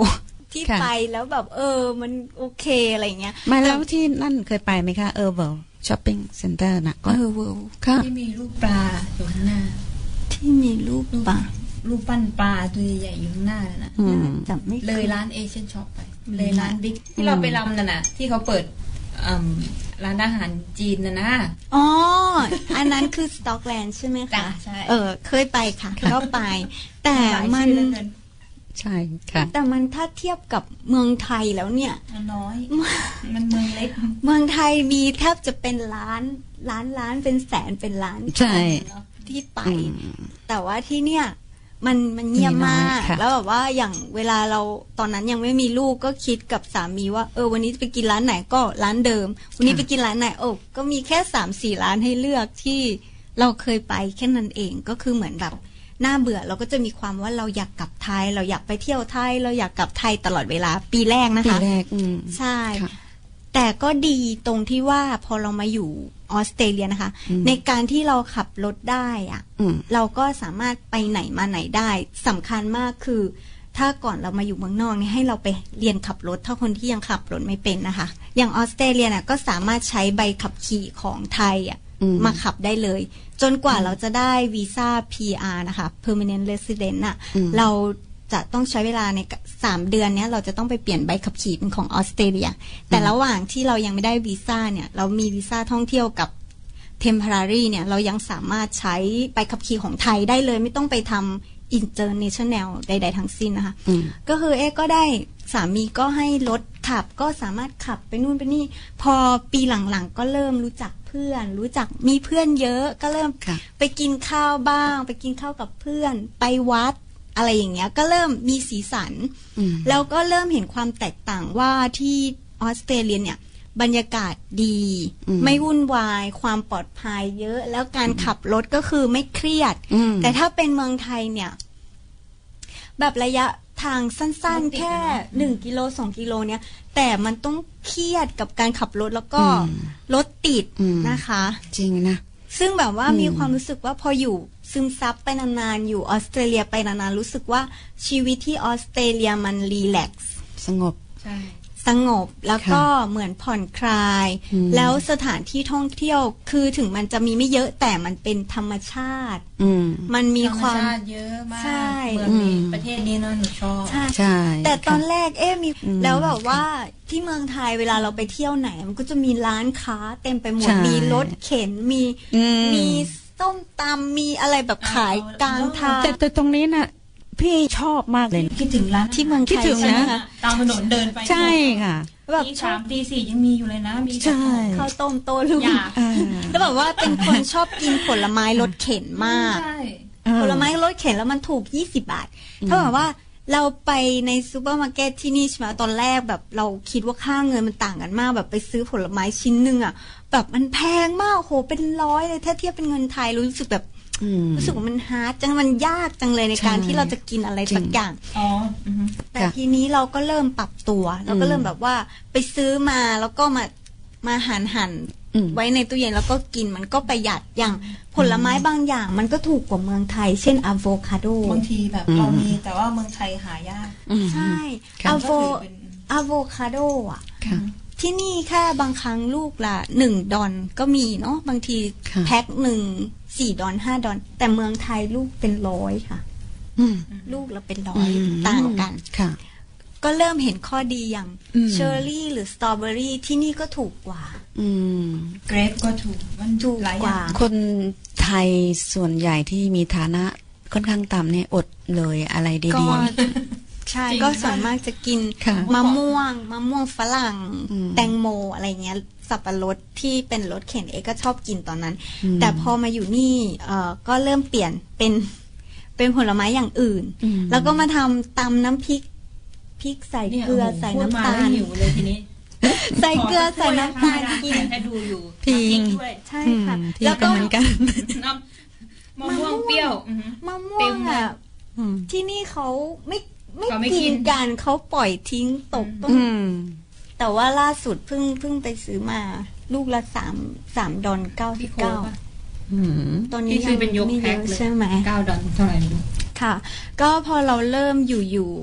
ที่ค่ะไปแล้วแบบเออมันโอเคอะไรเงี้ยมาแล้วที่นั่นเคยไปไหมคะเออเวิลด์ช้อปปิ้งเซ็นเตอร์นะก็เออเวิลด์ค่ะที่มีรูปปลาอยู่ข้างหน้าที่มีรูปปลารูปปั้นปลาตัวใหญ่ๆอยู่ข้างหน้านั่นน่ะอืมจำไม่เลยร้านเอเชียนช็อปไป เลยร้านบิ๊กที่เราไปรำนั่นน่ะ ที่เขาเปิดอืมร้านอาหารจีนน่ะนะอ๋ออันนั้นคือสต็อกแลนด์ใช่ไหมจ้ะคะใช่เออเคยไปค่ะก็ไป แต่มันหลายชื่อเหลือเกินใช่ค่ะแต่มันถ้าเทียบกับเมืองไทยแล้วเนี่ยมันน้อย มันเมืองเล็กเมืองไทยมีแทบจะเป็นล้านล้านล้านเป็นแสนเป็นล้านใช่เนอะที่ไป แต่ว่าที่เนี่ยมันมันเงียบมีน้อยมากค่ะแล้วแบบว่าอย่างเวลาเราตอนนั้นยังไม่มีลูกก็คิดกับสามีว่าเออวันนี้จะไปกินร้านไหนก็ร้านเดิม วันนี้ไปกินร้านไหนโอ้ก็มีแค่สามสี่ร้านให้เลือกที่เราเคยไปแค่นั้นเองก็คือเหมือนแบบน่าเบื่อเราก็จะมีความว่าเราอยากกลับไทย เราอยากไปเที่ยวไทย เราอยากกลับไทยตลอดเวลาปีแรกนะคะปีแรกอืมใช่ค่ะแต่ก็ดีตรงที่ว่าพอเรามาอยู่ออสเตรเลียนะคะอืมในการที่เราขับรถได้อะอืมเราก็สามารถไปไหนมาไหนได้สำคัญมากคือ ถ้าก่อนเรามาอยู่เมืองนอกเนี่ยให้เราไปเรียนขับรถถ้าคนที่ยังขับรถไม่เป็นนะคะ อย่างออสเตรเลียเนี่ยก็สามารถใช้ใบขับขี่ของไทยอ่ะอืมมาขับได้เลย จนกว่าเราจะได้วีซ่า พี อาร์ นะคะ permanent resident น่ะอืมเราจะต้องใช้เวลาในสามเดือนเนี้ยเราจะต้องไปเปลี่ยนใบขับขี่เป็นของออสเตรเลีย แต่ระหว่างที่เรายังไม่ได้วีซ่าเนี่ยเรามีวีซ่าท่องเที่ยวกับ temporary เนี่ยเรายังสามารถใช้ใบขับขี่ของไทยได้เลยไม่ต้องไปทำ international ใด ๆ ทั้งสิ้นนะคะอืมก็คือเอ๊ะก็ได้สามีก็ให้รถขับก็สามารถขับไปนู่นไปนี่ พอปีหลังๆก็เริ่มรู้จักเพื่อน รู้จักมีเพื่อนเยอะก็เริ่มค่ะไปกินข้าวบ้าง ไปกินข้าวกับเพื่อน ไปวัดอะไรอย่างเงี้ยก็เริ่มมีสีสันอืมแล้วก็เริ่มเห็นความแตกต่างว่าที่ออสเตรเลียเนี่ยบรรยากาศดีอืมไม่วุ่นวาย ความปลอดภัยเยอะ แล้วการขับรถก็คือไม่เครียดอืมแต่ถ้าเป็นเมืองไทยเนี่ย แบบระยะทางสั้นๆ แค่หนึ่งกิโลสองกิโลเนี่ย แต่มันต้องเครียดกับการขับรถแล้วก็อืมรถติดอืมนะคะจริงนะซึ่งแบบว่าอืมมีความรู้สึกว่าพออยู่ซึมซับไปนานๆ อยู่ออสเตรเลียไปนานๆ รู้สึกว่าชีวิตที่ออสเตรเลียมันรีแลกซ์สงบใช่สงบแล้วก็เหมือนผ่อนคลายอืมแล้วสถานที่ท่องเที่ยวคือถึงมันจะมีไม่เยอะแต่มันเป็นธรรมชาติอืมมันมีธรรความชาติเยอะมากใช่เมืองนี้อืมประเทศนี้เนาะหนูชอบใช่ใช่แต่ตอนค่ะแรกเอ๊ะมีอืมแล้วแบบว่าที่เมืองไทยเวลาเราไปเที่ยวไหน มันก็จะมีร้านค้าเต็มไปหมดใช่มีรถเข็นมีอืมมีส้มตำมีอะไรแบบขายกลางทางแต่แต่ตรงนี้น่ะ พี่ชอบมากเลยคิดถึงร้านที่เมืองไทยคิดถึงใช่ไหมนะคะตามถนนเดินไปใช่ค่ะแบบตีชอสาบมตีสี่ยังมีอยู่เลยนะ มีใช่ข้าวต้มโต้รุ่งอยากอ่าแล้วแบบว่าเป็นคนชอบกินผลไม้รสเข็นมากใช่ผลไม้รสเข็นแล้วมันถูกยี่สิบบาทอืมถ้าแบบว่าเราไปในซูเปอร์มาร์เก็ตที่นี่ใช่ไหมตอนแรกแบบเราคิดว่าค่าเงินมันต่างกันมาก แบบไปซื้อผลไม้ชิ้นหนึ่งอ่ะ แบบมันแพงมากโหเป็นร้อยเลยถ้าเทียบเป็นเงินไทยรู้สึกแบบอืมรู้สึกว่ามันฮาร์ดจังมันยากจังเลยในการใช่ที่เราจะกินอะไรจริงสักอย่างอ๋ออือฮึแต่ค่ะทีนี้เราก็เริ่มปรับตัวเราก็เริ่มแบบว่าไปซื้อมาแล้วก็มามาหั่นหั่นอืมไว้ในตู้เย็นแล้วก็กินมันก็ประหยัดอย่างผลไม้บางอย่างมันก็ถูกกว่าเมืองไทย เช่นอะโวคาโดบางทีแบบเรามีแต่ว่าเมืองไทยหายากอืมใช่ค่ะอะโวก็ถือเป็นอะโวคาโดอ่ะค่ะที่นี่แค่บางครั้งลูกละหนึ่งดอนก็มีเนาะบางทีค่ะแพ็คหนึ่งสี่ดอนห้าดอน แต่เมืองไทยลูกเป็นร้อยค่ะอืมลูกละเป็นร้อยอืมต่างกันค่ะก็เริ่มเห็นข้อดีอย่างอืมเชอร์รี่หรือสตรอเบอรี่ที่นี่ก็ถูกกว่าอืมเกรปก็ถูกมันถูกหลายกอว่าย่างคนไทยส่วนใหญ่ที่มีฐานะค่อนข้างต่ำเนี่ยอดเลยอะไรก็ดีใช่ก็ส่วนมากจะกินค่ะมะม่วงมะม่วงฝรั่งอืมแตงโมอะไรเงี้ยสับปะรดที่เป็นรสเข็นเอกก็ชอบกินตอนนั้นอืมแต่พอมาอยู่นี่เอ่อก็เริ่มเปลี่ยนเป็นเป็นผลไม้อย่างอื่นอืมแล้วก็มาทำตำน้ำพริกพริกใส่เนี่ยเกลือโโหใส่พูดน้ำมาตาแล้ลวหิวเลยทีนี้ใส่เกลือใส่น้ำตาลกินถ้าดูอยู่จริงน้ำพด้วยใช่อืมค่ะพี่แล้วก็ก็เหมือนกันน้ำมะม่วงเปรี้ยวอือฮึมะม่วเต็งมเลยอ่ะอืมที่นี่เขาไม่ไม่เขาไม่กิกินนกันเขาปล่อยทิ้งตกต้นอืมแต่ว่าล่าสุดเพิ่งเพิ่งไปซื้อมา ลูกละสามสามดอนเก้าสิพี่บโคเก้าป่ะอืมตอนนี้ที่ซื้อเป็นยกไม่แพ็คเอะเลยใช่ไหมเก้าดอลเท่าไหร่ไม่รู้ค่ะ ก็พอเราเริ่มอยู่อยู่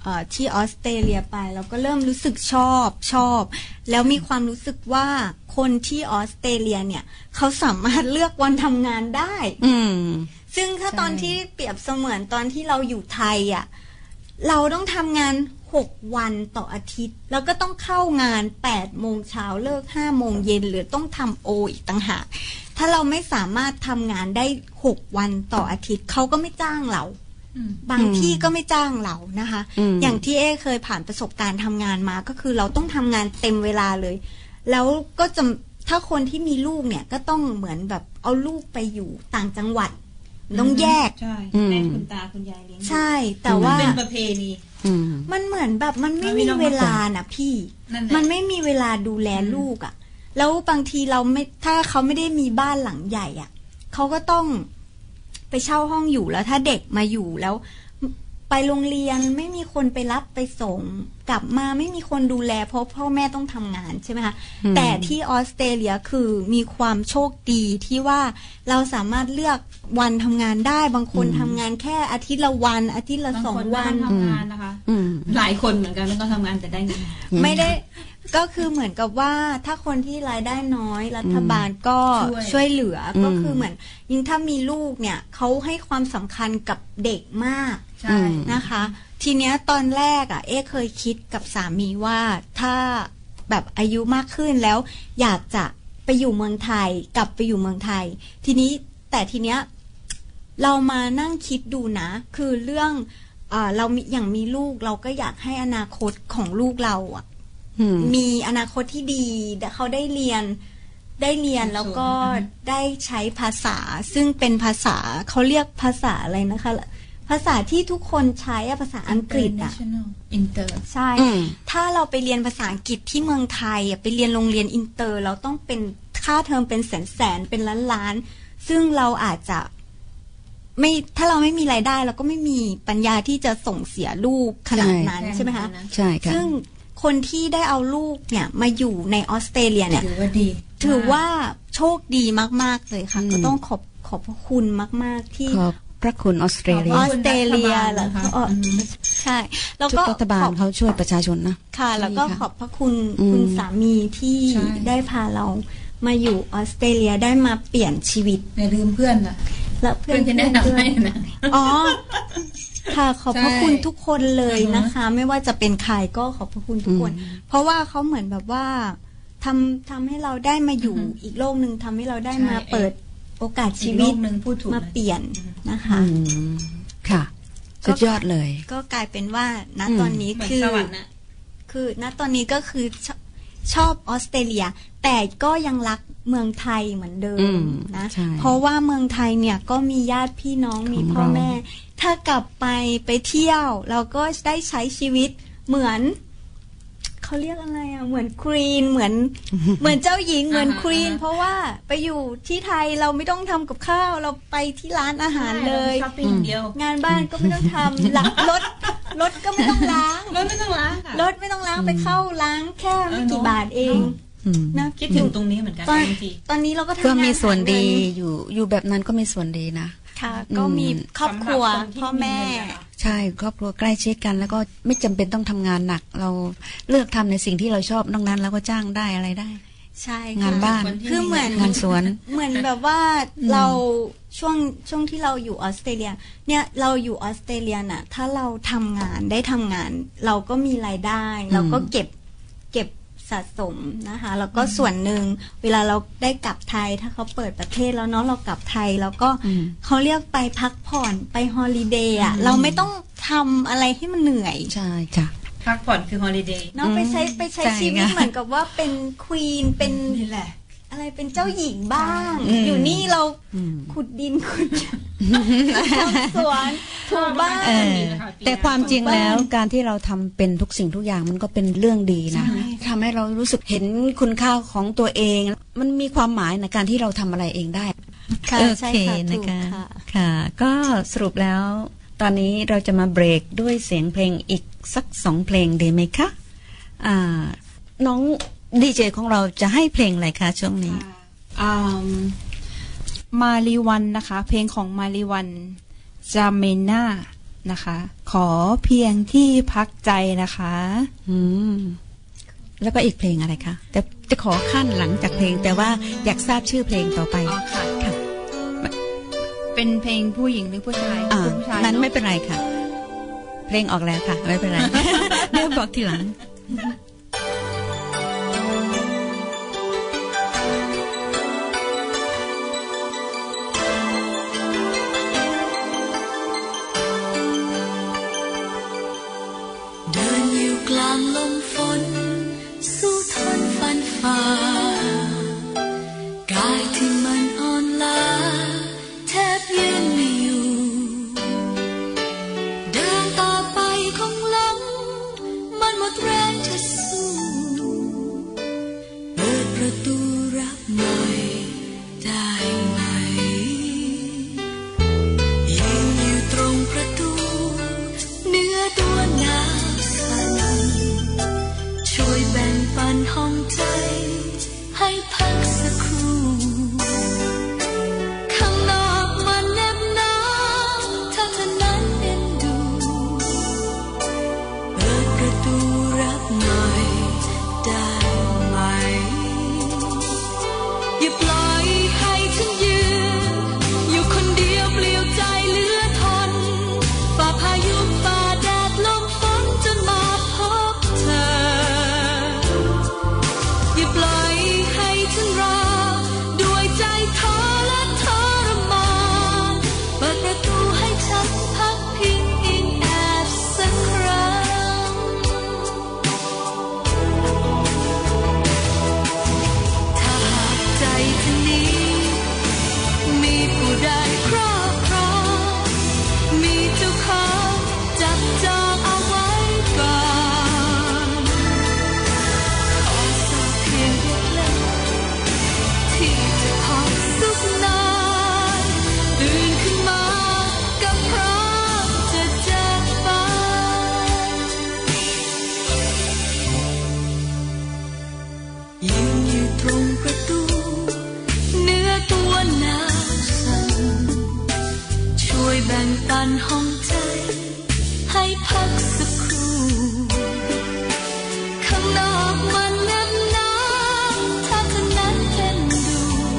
เอ่อที่ออสเตรเลียไปเราก็เริ่มรู้สึกชอบชอบแล้วมีความรู้สึกว่าคนที่ออสเตรเลียเนี่ยเขาสามารถเลือกวันทำงานได้อืมซึ่งถ้าตอนที่เปรียบเสมือนตอนที่เราอยู่ไทยอ่ะเราต้องทำงานหกวันต่ออาทิตย์แล้วก็ต้องเข้างานแปดโมงเช้าเลิกห้าโมงเย็นหรือต้องทำโออีกต่างหากถ้าเราไม่สามารถทำงานได้หกวันต่ออาทิตย์เขาก็ไม่จ้างเราบางที่ก็ไม่จ้างเรานะคะ อ, อย่างที่เอเคยผ่านประสบการณ์ทำงานมาก็คือเราต้องทำงานเต็มเวลาเลยแล้วก็จะถ้าคนที่มีลูกเนี่ยก็ต้องเหมือนแบบเอาลูกไปอยู่ต่างจังหวัดต้องแยกใช่แม่คุณตาคุณยายเลี้ยงใช่แต่ว่าเป็นประเพณีมันเหมือนแบบมันไม่มีเวลานะพี่มันไม่มีเวลาดูแลลูกอ่ะแล้วบางทีเราไม่ถ้าเขาไม่ได้มีบ้านหลังใหญ่อ่ะเขาก็ต้องไปเช่าห้องอยู่แล้วถ้าเด็กมาอยู่แล้วไปโรงเรียนไม่มีคนไปรับไปส่งกลับมาไม่มีคนดูแลเพราะพ่อแม่ต้องทำงานใช่ไหมคะแต่ที่ออสเตรเลียคือมีความโชคดีที่ว่าเราสามารถเลือกวันทำงานได้บางคนทำงานแค่อาทิตย์ละวันอาทิตย์ละสองวันทำงานนะคะหลายคนเหมือนกันแล้วก็ทำงานแต่ได้เงินไม่ได้ก็คือเหมือนกับว่าถ้าคนที่รายได้น้อยรัฐบาลก็ช่วยเหลือก็คือเหมือนยิ่งถ้ามีลูกเนี่ยเขาให้ความสำคัญกับเด็กมากนะคะทีเนี้ยตอนแรกอ่ะเอ๊เคยคิดกับสามีว่าถ้าแบบอายุมากขึ้นแล้วอยากจะไปอยู่เมืองไทยกลับไปอยู่เมืองไทยทีนี้แต่ทีเนี้ยเรามานั่งคิดดูนะคือเรื่องเอ่อเราอย่างมีลูกเราก็อยากให้อนาคตของลูกเราอ่ะมีอนาคตที่ดีเขาได้เรียนได้เรียนแล้วก็ได้ใช้ภาษาซึ่งเป็นภาษาเขาเรียกภาษาอะไรนะคะภาษาที่ทุกคนใช้ภาษาอังกฤษอ่ะอินเตอร์ใช่ถ้าเราไปเรียนภาษาอังกฤษที่เมืองไทยอ่ะไปเรียนโรงเรียนอินเตอร์เราต้องเป็นค่าเทอมเป็นแสนแสนเป็นล้านล้านซึ่งเราอาจจะไม่ถ้าเราไม่มีรายได้เราก็ไม่มีปัญญาที่จะส่งเสียลูกขนาดนั้นใช่ไหมคะใช่ค่ะซึ่งคนที่ได้เอาลูกเนี่ยมาอยู่ในออสเตรเลียเนี่ยถือว่าดีถือว่าโชคดีมากๆเลยค่ะก็ต้องขอบขอบพระคุณมากๆที่ขอบพระคุณออสเตรเลียออสเตรเลียเหรอคะใช่แล้วก็รัฐบาลเขาช่วยประชาชนนะค่ะแล้วก็ขอบพระคุณคุณสามีที่ได้พาเรามาอยู่ออสเตรเลียได้มาเปลี่ยนชีวิตอย่าลืมเพื่อนนะแล้วเพื่อนจะแนะนำให้นะอ๋อค่ะขอบพระคุณทุกคนเลยนะคะไม่ว่าจะเป็นใครก็ขอบพระคุณทุกคนเพราะว่าเขาเหมือนแบบว่าทำทำให้เราได้มาอยู่อีกโลกหนึ่งทำให้เราได้มาเปิดโอกาสชีวิตมาเปลี่ยนนะคะค่ะสุดยอดเลยก็กลายเป็นว่าณตอนนี้คือคือณตอนนี้ก็คือชอบออสเตรเลียแต่ก็ยังรักเมืองไทยเหมือนเดิมนะเพราะว่าเมืองไทยเนี่ยก็มีญาติพี่น้องมีพ่อแม่ถ้ากลับไปไปเที่ยวเราก็ได้ใช้ชีวิตเหมือนเขาเรียกอะไรอ่ะเหมือนควีนเหมือนเหมือนเจ้าหญิงเหมือนควีนเพราะว่าไปอยู่ที่ไทยเราไม่ต้องทำกับข้าวเราไปที่ร้านอาหารเลยงานบ้านก็ไม่ต้องทำล้างรถรถก็ไม่ต้องล้างรถไม่ต้องล้างรถไม่ต้องล้างไปเข้าล้างแค่ไม่กี่บาทเองนะคิดถึงตรงนี้เหมือนกันตอนนี้เราก็ทำงานก็มีส่วนดีอยู่อยู่แบบนั้นก็มีส่วนดีนะค่ะก็มีครอบครัวพ่อแม่ใช่ครอบครัวใกล้ชิดกันแล้วก็ไม่จำเป็นต้องทำงานหนักเราเลือกทำในสิ่งที่เราชอบนอกนั้นเราก็จ้างได้อะไรได้ใช่งานบ้านคือเหมือนงานสวนเหมือนแบบว่าเราช่วงช่วงที่เราอยู่ออสเตรเลียเนี่ยเราอยู่ออสเตรเลียน่ะถ้าเราทำงานได้ทำงานเราก็มีรายได้เราก็เก็บเก็บสะสมนะคะแล้วก็ส่วนหนึ่งเวลาเราได้กลับไทยถ้าเขาเปิดประเทศแล้วเนาะเรากลับไทยแล้วก็เขาเรียกไปพักผ่อนไปฮอลิเดย์อ่ะเราไม่ต้องทำอะไรให้มันเหนื่อยใช่ค่ะพักผ่อนคือฮอลิเดย์เนาะไปใช้ไปใช้ชีวิตเหมือนกับว่าเป็นควีนเป็นนี่แหละอะไรเป็นเจ้าหญิงบ้างอยู่นี่เราขุดดินขุดทำสวนถูบ้านแต่ความจริงแล้วการที่เราทำเป็นทุกสิ่งทุกอย่างมันก็เป็นเรื่องดีนะทำให้เรารู้สึกเห็นคุณค่าของตัวเองมันมีความหมายในการที่เราทำอะไรเองได้โอเคนะคะค่ะก็สรุปแล้วตอนนี้เราจะมาเบรกด้วยเสียงเพลงอีกสักสองเพลงดีไหมคะอ่าน้องดีเจของเราจะให้เพลงอะไรคะช่วงนี้มาริวันนะคะเพลงของมาริวันจาเมน่านะคะ ขอเพียงที่พักใจนะคะอืมแล้วก็อีกเพลงอะไรคะแต่จะขอขั้นหลังจากเพลงแต่ว่าอยากทราบชื่อเพลงต่อไปอ๋อค่ะค่ะเป็นเพลงผู้หญิงหรือผู้ชายผู้ชายนั้นไม่เป็นไรค่ะเพลงออกแล้วค่ะไม่เป็นไร เดี๋ยวบอกทีหลังเดินอยู่กลางลมฝนสู้ทนฟันฝ่ากายที่มันอ่อนล้าแทบยืนไม่อยู่เดินต่อไปคงหลงมันหมดแรงจะสู้เปิดประตูรับหน่อยได้ไหมยืนอยู่ตรงประตูเนื้อตัวหนาวสั่นช่วยแบ่งปันห้องใจให้พักสักครู่ข้างนอกมันแนบหนาวถ้าเธอนั้นเอ็นดูเปิดประตูรับหน่อยได้ไหมอย่าปล่อยให้ฉันยืนอยู่คนเดียวเปลี่ยวใจเหลือทนฝ่าพายุฝ่าแดดลมฝนจนมาพบเธออย่าปล่อยให้ฉันรอด้วยใจท้อและทรมานเปิดประตูให้ฉันพักพิงอิงแอบสักครั้งถ้าหากใจเธอนี้มีผู้ใดครอบครองมีเจ้าของจับจองเอาไว้ก่อนขอสักเพียงเล็กๆที่จะพอสุขนานตื่นขึ้นมาก็พร้อมจะจากไปยืนอยู่ตรงประตูเนื้อตัวหนาวสั่นช่วยแบ่งปันห้องใจให้พักสักครู่ข้างนอกมันแนบหนาวถ้าเธอนั้นเอ็นดู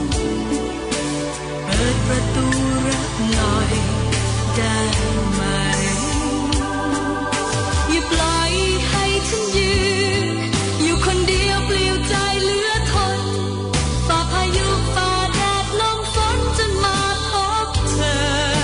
เปิดประตูรับหน่อยได้ไหมอย่าปล่อยให้ฉันยืนอยู่คนเดียวเปลี่ยวใจเหลือทนฝ่าพายุฝ่าแดดลมฝนจนมาพบเธอ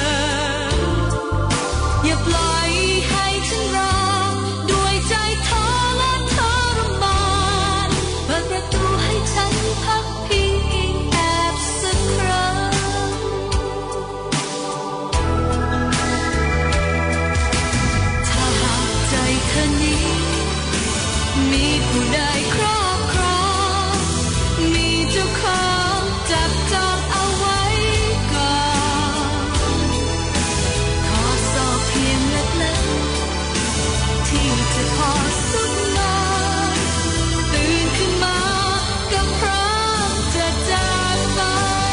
อย่าปล่อยให้ฉันรอด้วยใจท้อและทรมานเปิดประตูให้ฉันพักพิงอิงแอบสักครั้งถ้าหากใจเธอนี้มีผู้ใดครอบครองมีเจ้าของจับจองเอาไว้ก่อนขอสอบเพียงเล็กๆที่จะพอสุขนอนตื่นขึ้นมาก็พร้อมจะจากไป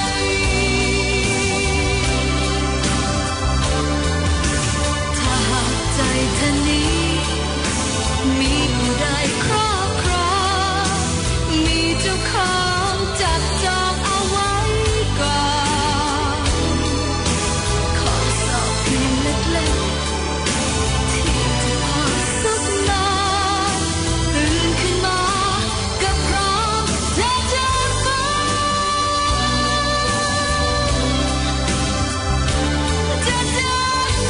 ถ้าหากใจเธอนี้มีผู้ใดครอบครองมีเจ้าของจับจองเอาไว้ก่อนขอสอบเพียงเล็กๆที่จะพอสุขนอนตื่นขึ้นมาก็พร้อมจะจากไปจะจากไป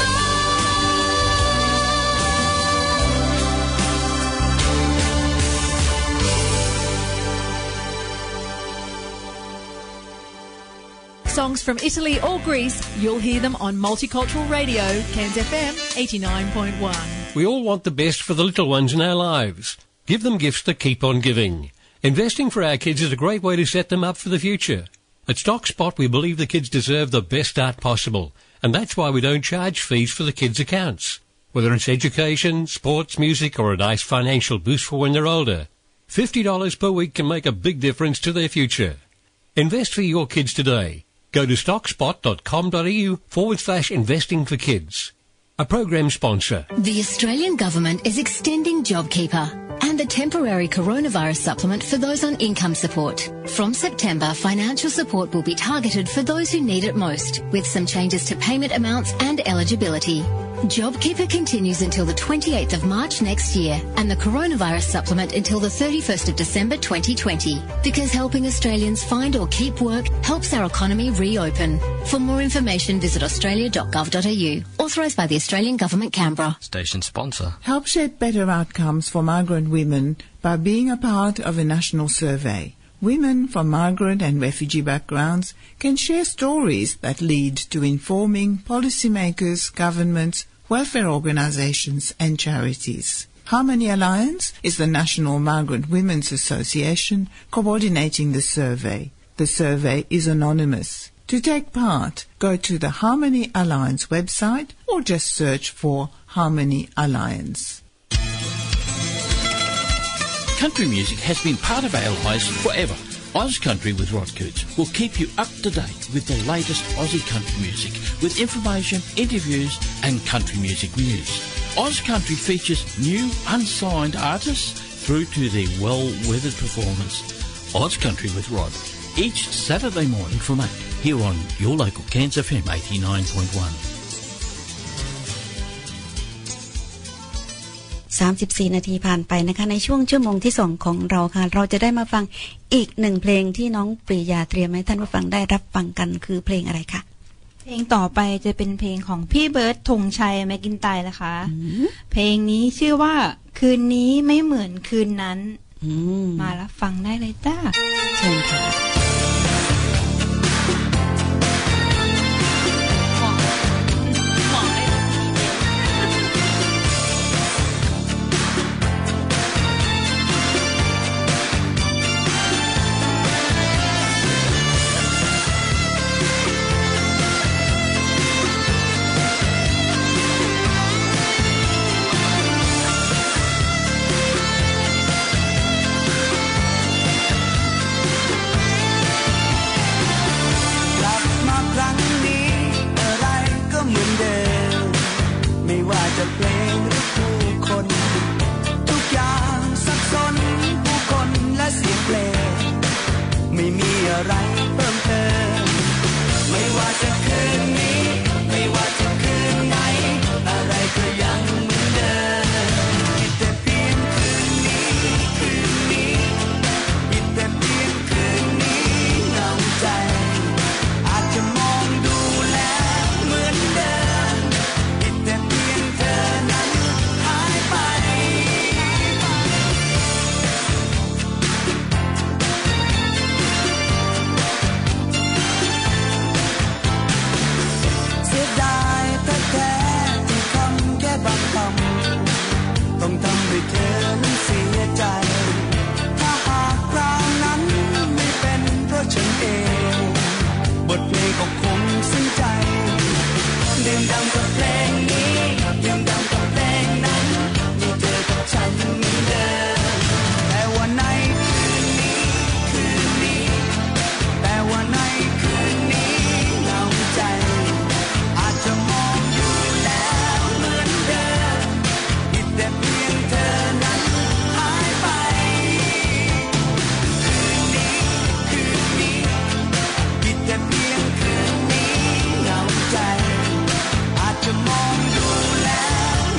Songs from Italy or Greece, you'll hear them on Multicultural Radio, Cairns F M eighty-nine point one. We all want the best for the little ones in our lives. Give them gifts that keep on giving. Investing for our kids is a great way to set them up for the future. At StockSpot, we believe the kids deserve the best start possible, and that's why we don't charge fees for the kids' accounts. Whether it's education, sports, music, or a nice financial boost for when they're older, fifty dollars per week can make a big difference to their future. Invest for your kids today. Go to stockspot.com.au forward slash investing for kids. a program sponsor. The Australian Government is extending JobKeeper and the temporary coronavirus supplement for those on income support. From September, financial support will be targeted for those who need it most, with some changes to payment amounts and eligibility. JobKeeper continues until the twenty-eighth of March next year and the coronavirus supplement until the thirty-first of December twenty twenty, because helping Australians find or keep work helps our economy reopen. For more information, visit australia dot gov dot a u. Authorised by the Australian Government, Canberra. Station sponsor. Help shape better outcomes for migrant women by being a part of a national survey. Women from migrant and refugee backgrounds can share stories that lead to informing policymakers, governments, welfare organisations and charities. Harmony Alliance is the National Migrant Women's Association coordinating the survey. The survey is anonymous. To take part, go to the Harmony Alliance website or just search for Harmony Alliance. Country music has been part of our lives forever. Oz Country with Rod Coots will keep you up to date with the latest Aussie country music, with information, interviews and country music news. Oz Country features new unsigned artists through to their well-weathered performance. Oz Country with Rod, each Saturday morning from eight, here on your local Cairns F M eighty-nine point one. สามสิบสี่นาทีผ่านไปนะคะในช่วงชั่วโมงที่สองของเราค่ะเราจะได้มาฟังอีกหนึ่งเพลงที่น้องปรียาเตรียมให้ท่านผู้ฟังได้รับฟังกันคือเพลงอะไรคะเพลงต่อไปจะเป็นเพลงของพี่เบิร์ดธงชัยแมคกินไตร์นะคะเพลงนี้ชื่อว่าคืนนี้ไม่เหมือนคืนนั้นมารับฟังได้เลยจ้าเชิญค่ะจะมองดูแล้ว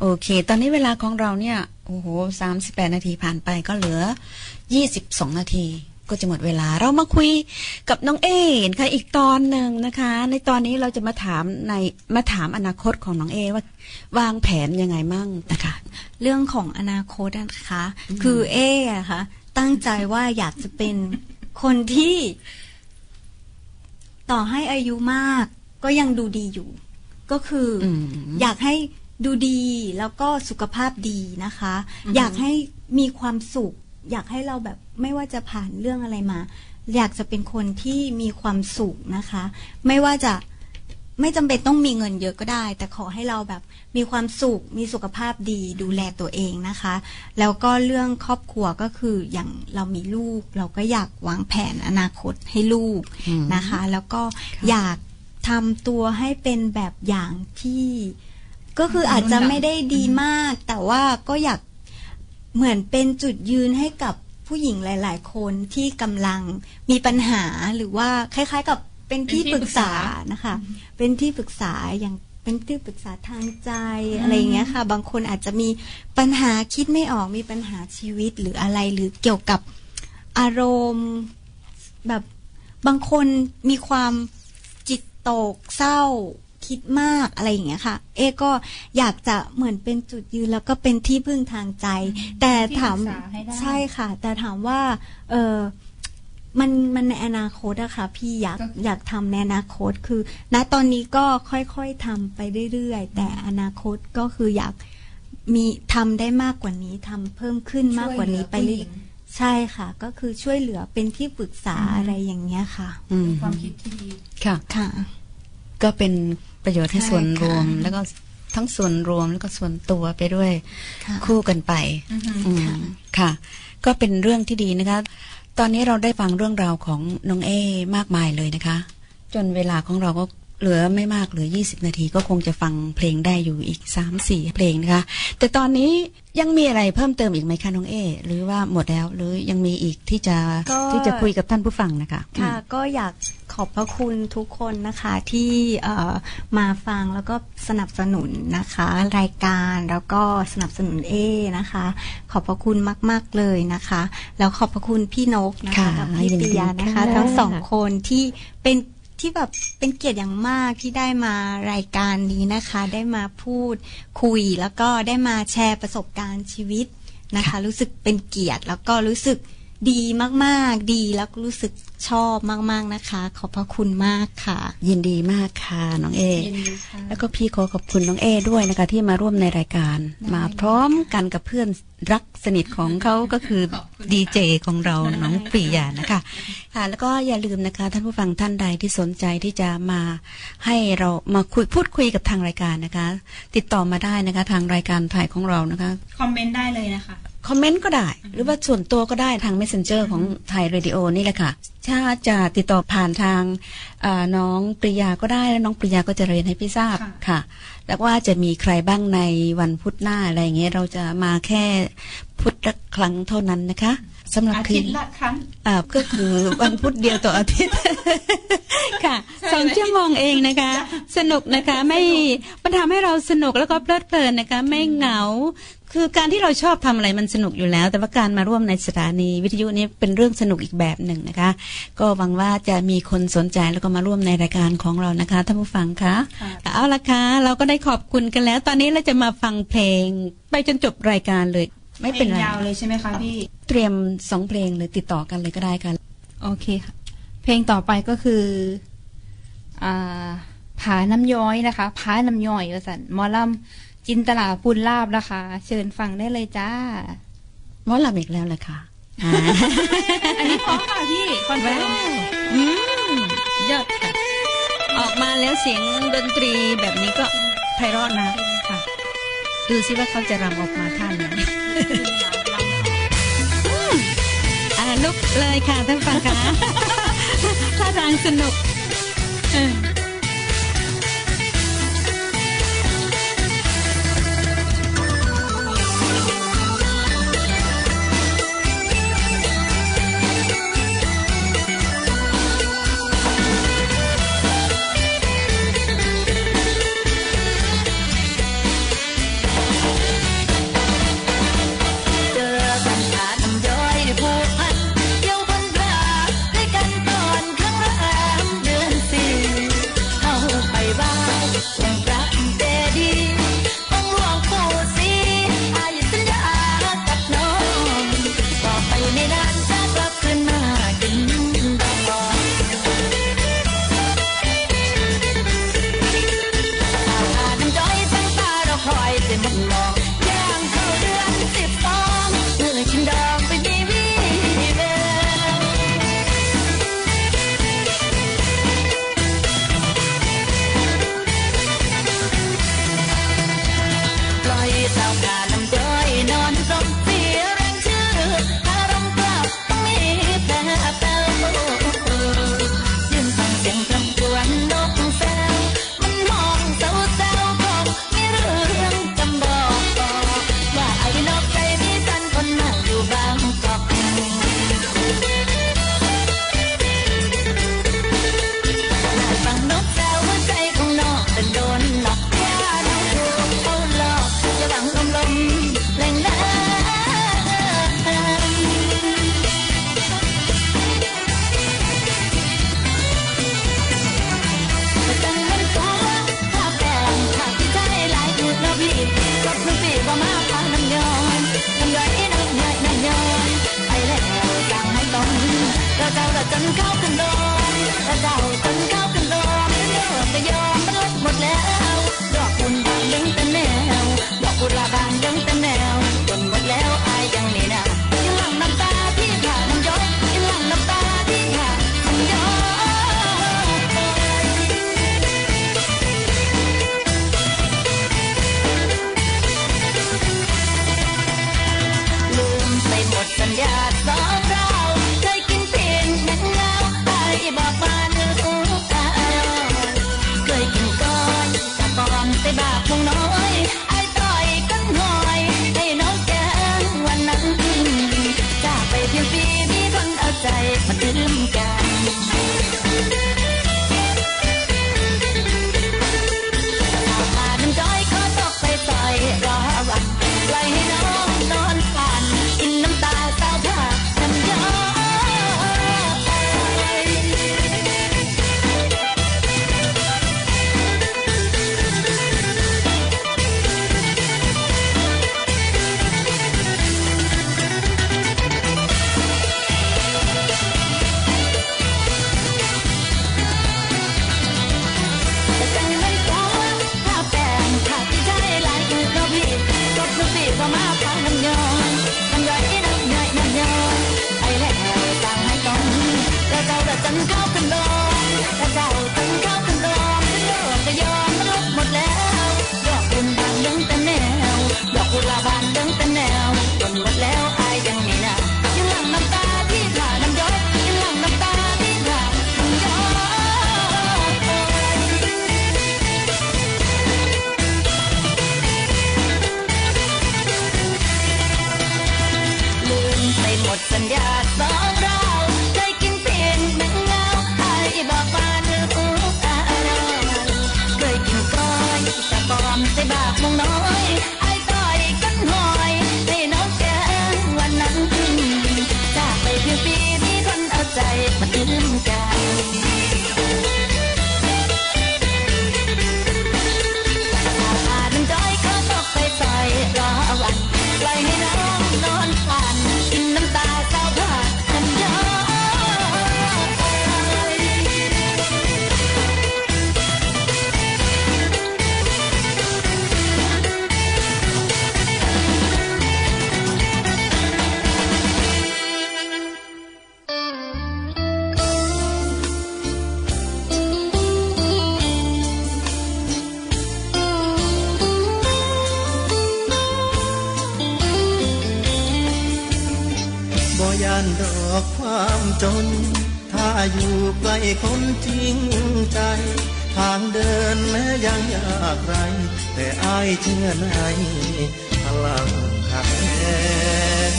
โอเคตอนนี้เวลาของเราเนี่ยโอ้โหสามสิบแปดนาทีผ่านไปก็เหลือยี่สิบสองนาทีก็จะหมดเวลาเรามาคุยกับน้องเอค่ะอีกตอนหนึ่งนะคะในตอนนี้เราจะมาถามในมาถามอนาคตของน้องเอว่าวางแผนยังไงมั่งนะคะเรื่องของอนาคตนะคะคือเออะค่ะตั้งใจว่าอยากจะเป็นคนที่ต่อให้อายุมากก็ยังดูดีอยู่ก็คืออยากให้ดูดีแล้วก็สุขภาพดีนะคะอยากให้มีความสุขอยากให้เราแบบไม่ว่าจะผ่านเรื่องอะไรมาอยากจะเป็นคนที่มีความสุขนะคะไม่ว่าจะไม่จำเป็นต้องมีเงินเยอะก็ได้แต่ขอให้เราแบบมีความสุขมีสุขภาพดีดูแลตัวเองนะคะแล้วก็เรื่องครอบครัวก็คืออย่างเรามีลูกเราก็อยากวางแผนอนาคตให้ลูกนะคะแล้วก็อยากทำตัวให้เป็นแบบอย่างที่ก็คืออาจจะไม่ได้ดีมากแต่ว่าก็อยากเหมือนเป็นจุดยืนให้กับผู้หญิงหลายๆคนที่กำลังมีปัญหาหรือว่าคล้ายๆกับเป็นที่ปรึกษานะคะเป็นที่ปรึกษาอย่างเป็นที่ปรึกษาทางใจอะไรอย่างเงี้ยค่ะบางคนอาจจะมีปัญหาคิดไม่ออกมีปัญหาชีวิตหรืออะไรหรือเกี่ยวกับอารมณ์แบบบางคนมีความจิตตกเศร้าคิดมากอะไรอย่างเงี้ยค่ะเอก็อยากจะเหมือนเป็นจุดยืนแล้วก็เป็นที่พึ่งทางใจแต่ถามใช่ค่ะแต่ถามว่าเออมันมันในอนาคตอะค่ะพี่อยากอยากทำในอนาคตคือณตอนนี้ก็ค่อยๆทำไปเรื่อยๆแต่อนาคตก็คืออยากมีทำได้มากกว่านี้ทำเพิ่มขึ้นมากกว่านี้ไปเรื่อยใช่ค่ะก็คือช่วยเหลือเป็นที่ปรึกษาอะไรอย่างเงี้ยค่ะเป็นความคิดที่ดีค่ะค่ะก็เป็นประโยชน์ให้ส่วนรวมแล้วก็ทั้งส่วนรวมแล้วก็ส่วนตัวไปด้วยคู่กันไปค่ะก็เป็นเรื่องที่ดีนะคะตอนนี้เราได้ฟังเรื่องราวของน้องเอมากมายเลยนะคะจนเวลาของเราก็เหลือไม่มากเหลือยี่สิบนาทีก็คงจะฟังเพลงได้อยู่อีก สามสี่ เพลงนะคะแต่ตอนนี้ยังมีอะไรเพิ่มเติมอีกไหมคะน้องเอหรือว่าหมดแล้วหรือยังมีอีกที่จะที่จะคุยกับท่านผู้ฟังนะคะค่ะก็อยากขอบพระคุณทุกคนนะคะที่มาฟังแล้วก็สนับสนุนนะคะรายการแล้วก็สนับสนุนเอนะคะขอบพระคุณมากๆเลยนะคะแล้วขอบพระคุณพี่นกนะคะกับพี่ปิยานะคะทั้งสองคนที่เป็นที่แบบเป็นเกียรติอย่างมากที่ได้มารายการนี้นะคะได้มาพูดคุยแล้วก็ได้มาแชร์ประสบการณ์ชีวิตนะคะรู้สึกเป็นเกียรติแล้วก็รู้สึกดีมากๆดีแล้วก็รู้สึกชอบมากๆนะคะขอบพระคุณมากค่ะยินดีมากค่ะน้องเอแล้วก็พี่ขอขอบคุณน้องเอด้วยนะคะที่มาร่วมในรายการมาพร้อมกันกับเพื่อนรักสนิทของเขาก็คือดีเจของเราน้องปรียานะคะค่ะแล้วก็อย่าลืมนะคะท่านผู้ฟังท่านใดที่สนใจที่จะมาให้เรามาคุยพูดคุยกับทางรายการนะคะติดต่อมาได้นะคะทางรายการถ่ายของเรานะคะคอมเมนต์ได้เลยนะคะคอมเมนต์ก็ได้หรือว่าส่วนตัวก็ได้ทาง Messenger ของไทยเรดิโอนี่แหละค่ะถ้าจะติดต่อผ่านทางน้องปริยาก็ได้แล้วน้องปริยาก็จะเรียนให้พี่ทราบค่ะแล้วว่าจะมีใครบ้างในวันพุธหน้าอะไรอย่างเงี้ยเราจะมาแค่พุธละครั้งเท่านั้นนะคะสำหรับอาทิตย์ละครั้งอ่าก็คือวันพุธเดียวต่ออาทิตย์ค่ะสองชั่วโมงเองนะคะสนุกนะคะไม่มันทำให้เราสนุกแล้วก็เพลิดเพลินนะคะไม่เหงาคือการที่เราชอบทำอะไรมันสนุกอยู่แล้วแต่ว่าการมาร่วมในสถานีวิทยุนี้เป็นเรื่องสนุกอีกแบบหนึ่งนะคะก็หวังว่าจะมีคนสนใจแล้วก็มาร่วมในรายการของเรานะคะท่านผู้ฟังคะเอาละค่ะเราก็ได้ขอบคุณกันแล้วตอนนี้เราจะมาฟังเพลงไปจนจบรายการเลยไม่เป็นไรยาวเลยใช่ไหมคะพี่เตรียมสองเพลงเลยติดต่อกันเลยก็ได้ค่ะโอเคค่ะเพลงต่อไปก็คืออ่าผาน้ำย้อยนะคะผาน้ำย้อยว่าสันหมอลำจินตลาปุณลาบนะคะเชิญฟังได้เลยจ้าหมอลำอีกแล้วเลยค่ะอันนี้พร้อมค่ะพี่คอนเฟิร์มอืมยอดค่ะออกมาแล้วเสียงดนตรีแบบนี้ก็ไพเราะนะค่ะดูซิว่าเขาจะรำออกมาท่าไหนอ่าลุกเลยค่ะท่านฟังค่ะท่าทางสนุกส่บาปคงน้อยไอ้ต่อยกันหอยให้น้องแกงวันนั้นจากไปเพียงปีมีคนเอาใจมาดื่มกันมาน้ำจ้อยขอตกไปต่อยรอวันปล่อยให้น้องนอนฝันกินน้ำตาสาวผ้าน้ำย้อยพอมาพาน้ำย้อยน้ำย้อยน้ำย้อยน้ำย้อยไอ้แล้วสั่งให้ต้องแล้วเจ้าแต่จันเข้ากันลงแล้วเจ้าจันเข้ากันลงจะโยกจะยอมมันลุกหมดแล้วดอกคุณบานดึงแต่แนวดอกกุหลาบบานดึงแต่แนวจนหมดแล้วไอ้ยังมีหน้ายังหลั่งน้ำตาที่ผ่าน้ำย้อยยังหลั่งน้ำตาที่ผ่าน้ำย้อยไปหมดสัญญาสองเราเคยกินเพียงหนึ่งเงาให้บอกว่าเนื้อคู่อะไรเคยกินก้อยแต่ปอมใส่บาปมงน้อยไอ้ต่อยกันหอยให้น้องแกงวันนั้นจากไปเพียงปีมีคนเอาใจมาดื่มกันอาน้ำจ้อยขอตกไปต่อยรอวันปล่อยให้น้องนอนฝันกินน้ำตาสาวผ้าน้ำย้อยย่านดอกความจนถ้าอยู่ใกล้คนจริงใจทางเดินแม้ยังยากไรแต่อ้ายเชื่อในพลังขับแรง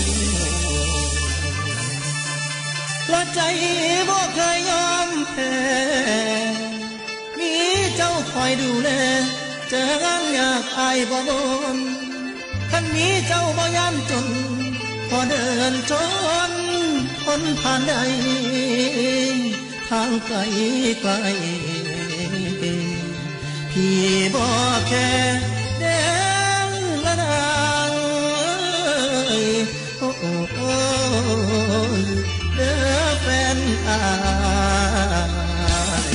และใจบ่เคยยอมแพ้มีเจ้าคอยดูแลเจองานยากอ้ายบ่บ่นคันมีเจ้าบ่ย่านจนพอเดินจนพ้นผ่านใดทางไกลไกลพี่บอกแค่เดินละนางโอ้โอ้เด้อแฟนอาย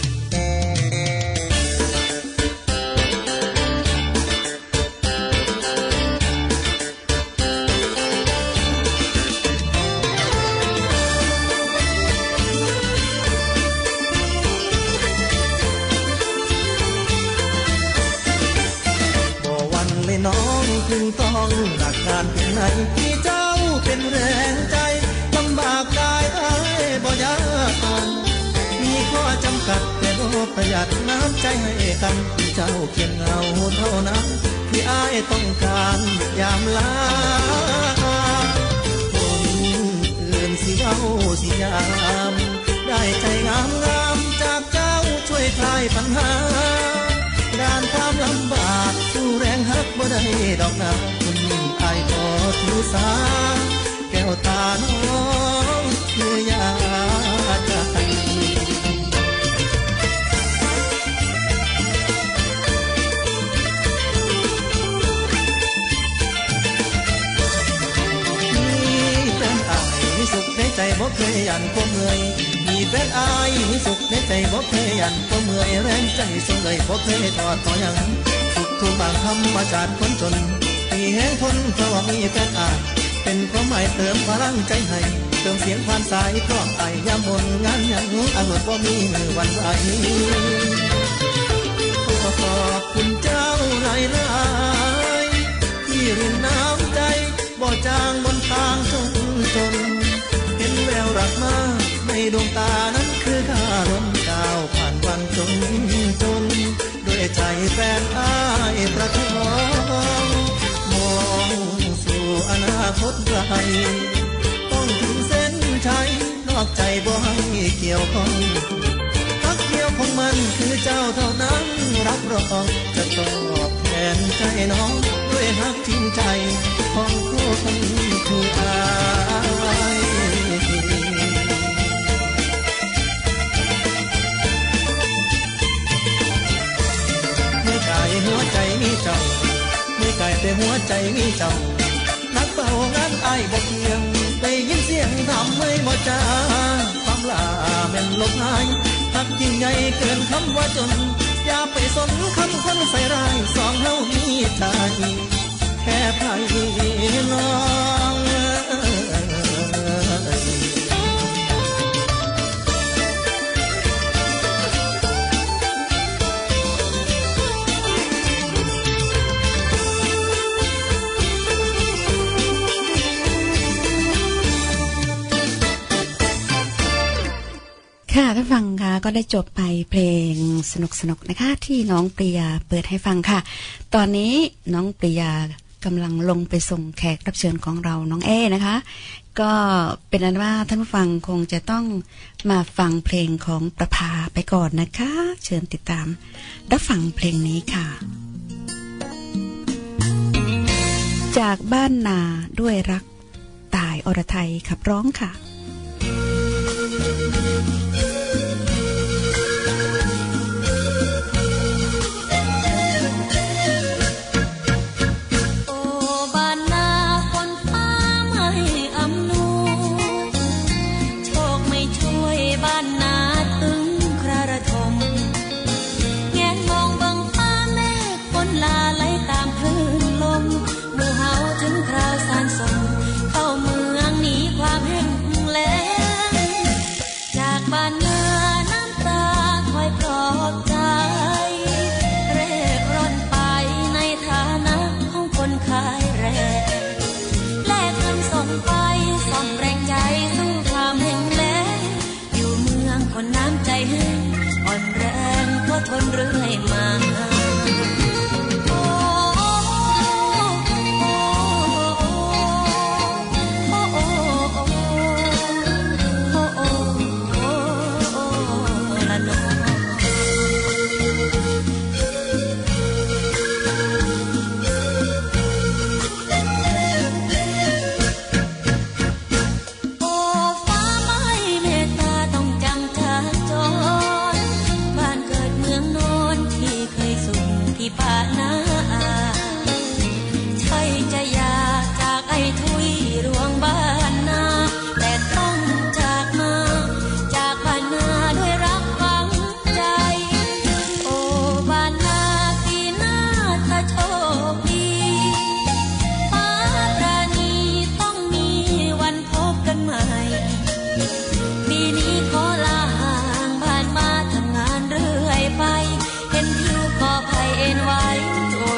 น้องถึงต้องหนักงานเพียงไหนที่เจ้าเป็นแรงใจลำบากได้ไอ้บ่ยากมีข้อจำกัดแต่บ่ประหยัดน้ำใจให้กันที่เจ้าเคียงเงาเท่านั้นที่อ้ายต้องการยามลาคนอื่นสิเว้าสิยามได้ใจงามงามจากเจ้าช่วยคลายปัญหาด้านความลำบากสู้แรงหักบ่ได้ดอกนาคนอายก็ถือสาแก้วตาน้องเมื่อยาใจมีแฟนอายมีสุขในใจบ่เคยยันความเมื่อยมีแฟนอายมีสุขในใจบ่เคยยันความเมื่อยแรงใจส่งเลยบ่เคยทอดต่อยังสุขทุกบางธรรมชาติคนจนมีแห่งคนเพราะว่ามีแฟนอายเป็นความหมายเติมพลังใจให้เติมเสียงผ่านสายกล้องไอยามบนงานยังอารมณ์บ่มีมือวันไหวขอบคุณเจ้าหลายหลายที่รินน้ำใจบ่จางบนทางจนจนเห็นแววรักมาในดวงตานั้นคือข้าล้นก้าวผ่านวันจนจนด้วยใจแฟนอ้ายประคองมองสู่อนาคตไกลต้องถึงเส้นชัยนอกใจบ่ให้เกี่ยวข้องรักเดียวของมันคือเจ้าเท่านั้นรับรองจะตอบแทนใจน้องด้วยฮักจริงใจของคนคืออ้ายไม่ไกลหัวใจมีเจ้าไม่ไกลแต่หัวใจมีเจ้านักเป่างานอ้ายบ่เพียงได้ยินเสียงทำให้บ่จ้าความลาแม่นลบหายหักยิ่งใหญ่เกินคำว่าจนอย่าไปสนคำคนใส่ร้ายสองเฮามีใจแค่ไผน้องค่ะท่านฟังค่ะก็ได้จบไปเพลงสนุกๆนะคะที่น้องปริยาเปิดให้ฟังค่ะตอนนี้น้องปริยากำลังลงไปส่งแขกรับเชิญของเราน้องเอนะคะก็เป็นอันว่าท่านผู้ฟังคงจะต้องมาฟังเพลงของประภาไปก่อนนะคะเชิญติดตามรับฟังเพลงนี้ค่ะจากบ้านนาด้วยรักตายอรไทยขับร้องค่ะทนเรื่อยมาขอภัยเอ็นไว้ตัว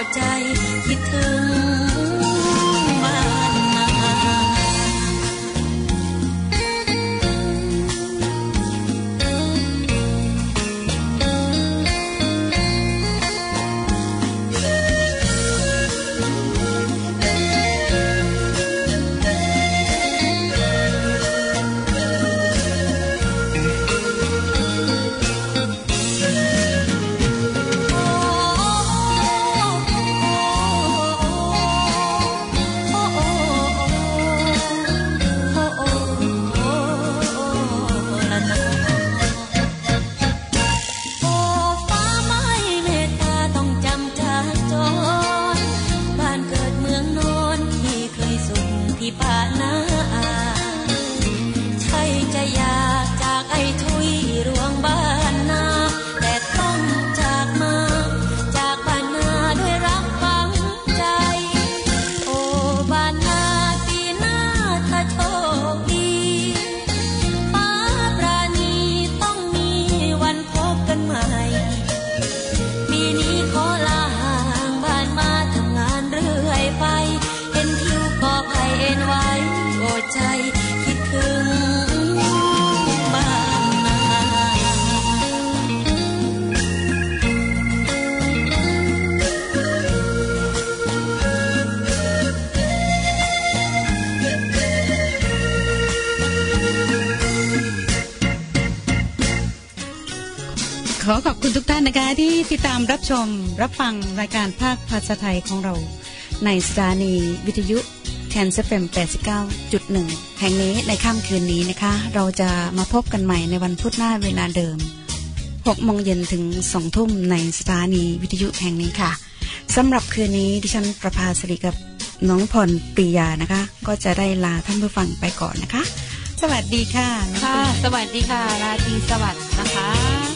ทุกท่านนะคะที่ติดตามรับชมรับฟังรายการภาคภาษาไทยของเราในสถานีวิทยุแคนเซฟเอ็ม แปดสิบเก้าจุดหนึ่ง แห่งนี้ในค่ำคืนนี้นะคะเราจะมาพบกันใหม่ในวันพุธหน้าเวลาเดิมหกโมงเย็นถึงสองทุ่มในสถานีวิทยุแห่งนี้ค่ะสำหรับคืนนี้ดิฉันประภาสิริกับน้องพรปรียานะคะก็จะได้ลาท่านผู้ฟังไปก่อนนะคะสวัสดีค่ะค่ะสวัสดีค่ะราตรีสวัสดิ์นะคะ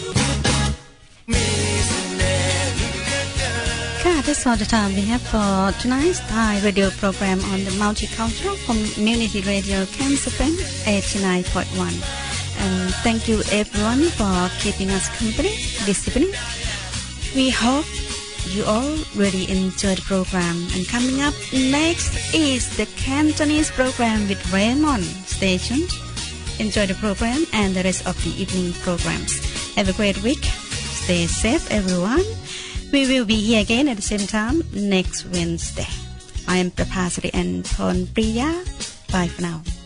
ค่ะ that's all the time we have for tonight's Thai radio program on the multicultural community radio Camp Sepen eighty-nine point one and thank you everyone for keeping us company this evening. We hope you all really enjoy the program and coming up next is the Cantonese program with Raymond Station. Enjoy the program and the rest of the evening programs. Have a great week. Stay safe everyone. We will be here again at the same time next Wednesday. I am Prapasari and Thon Priya. Bye for now.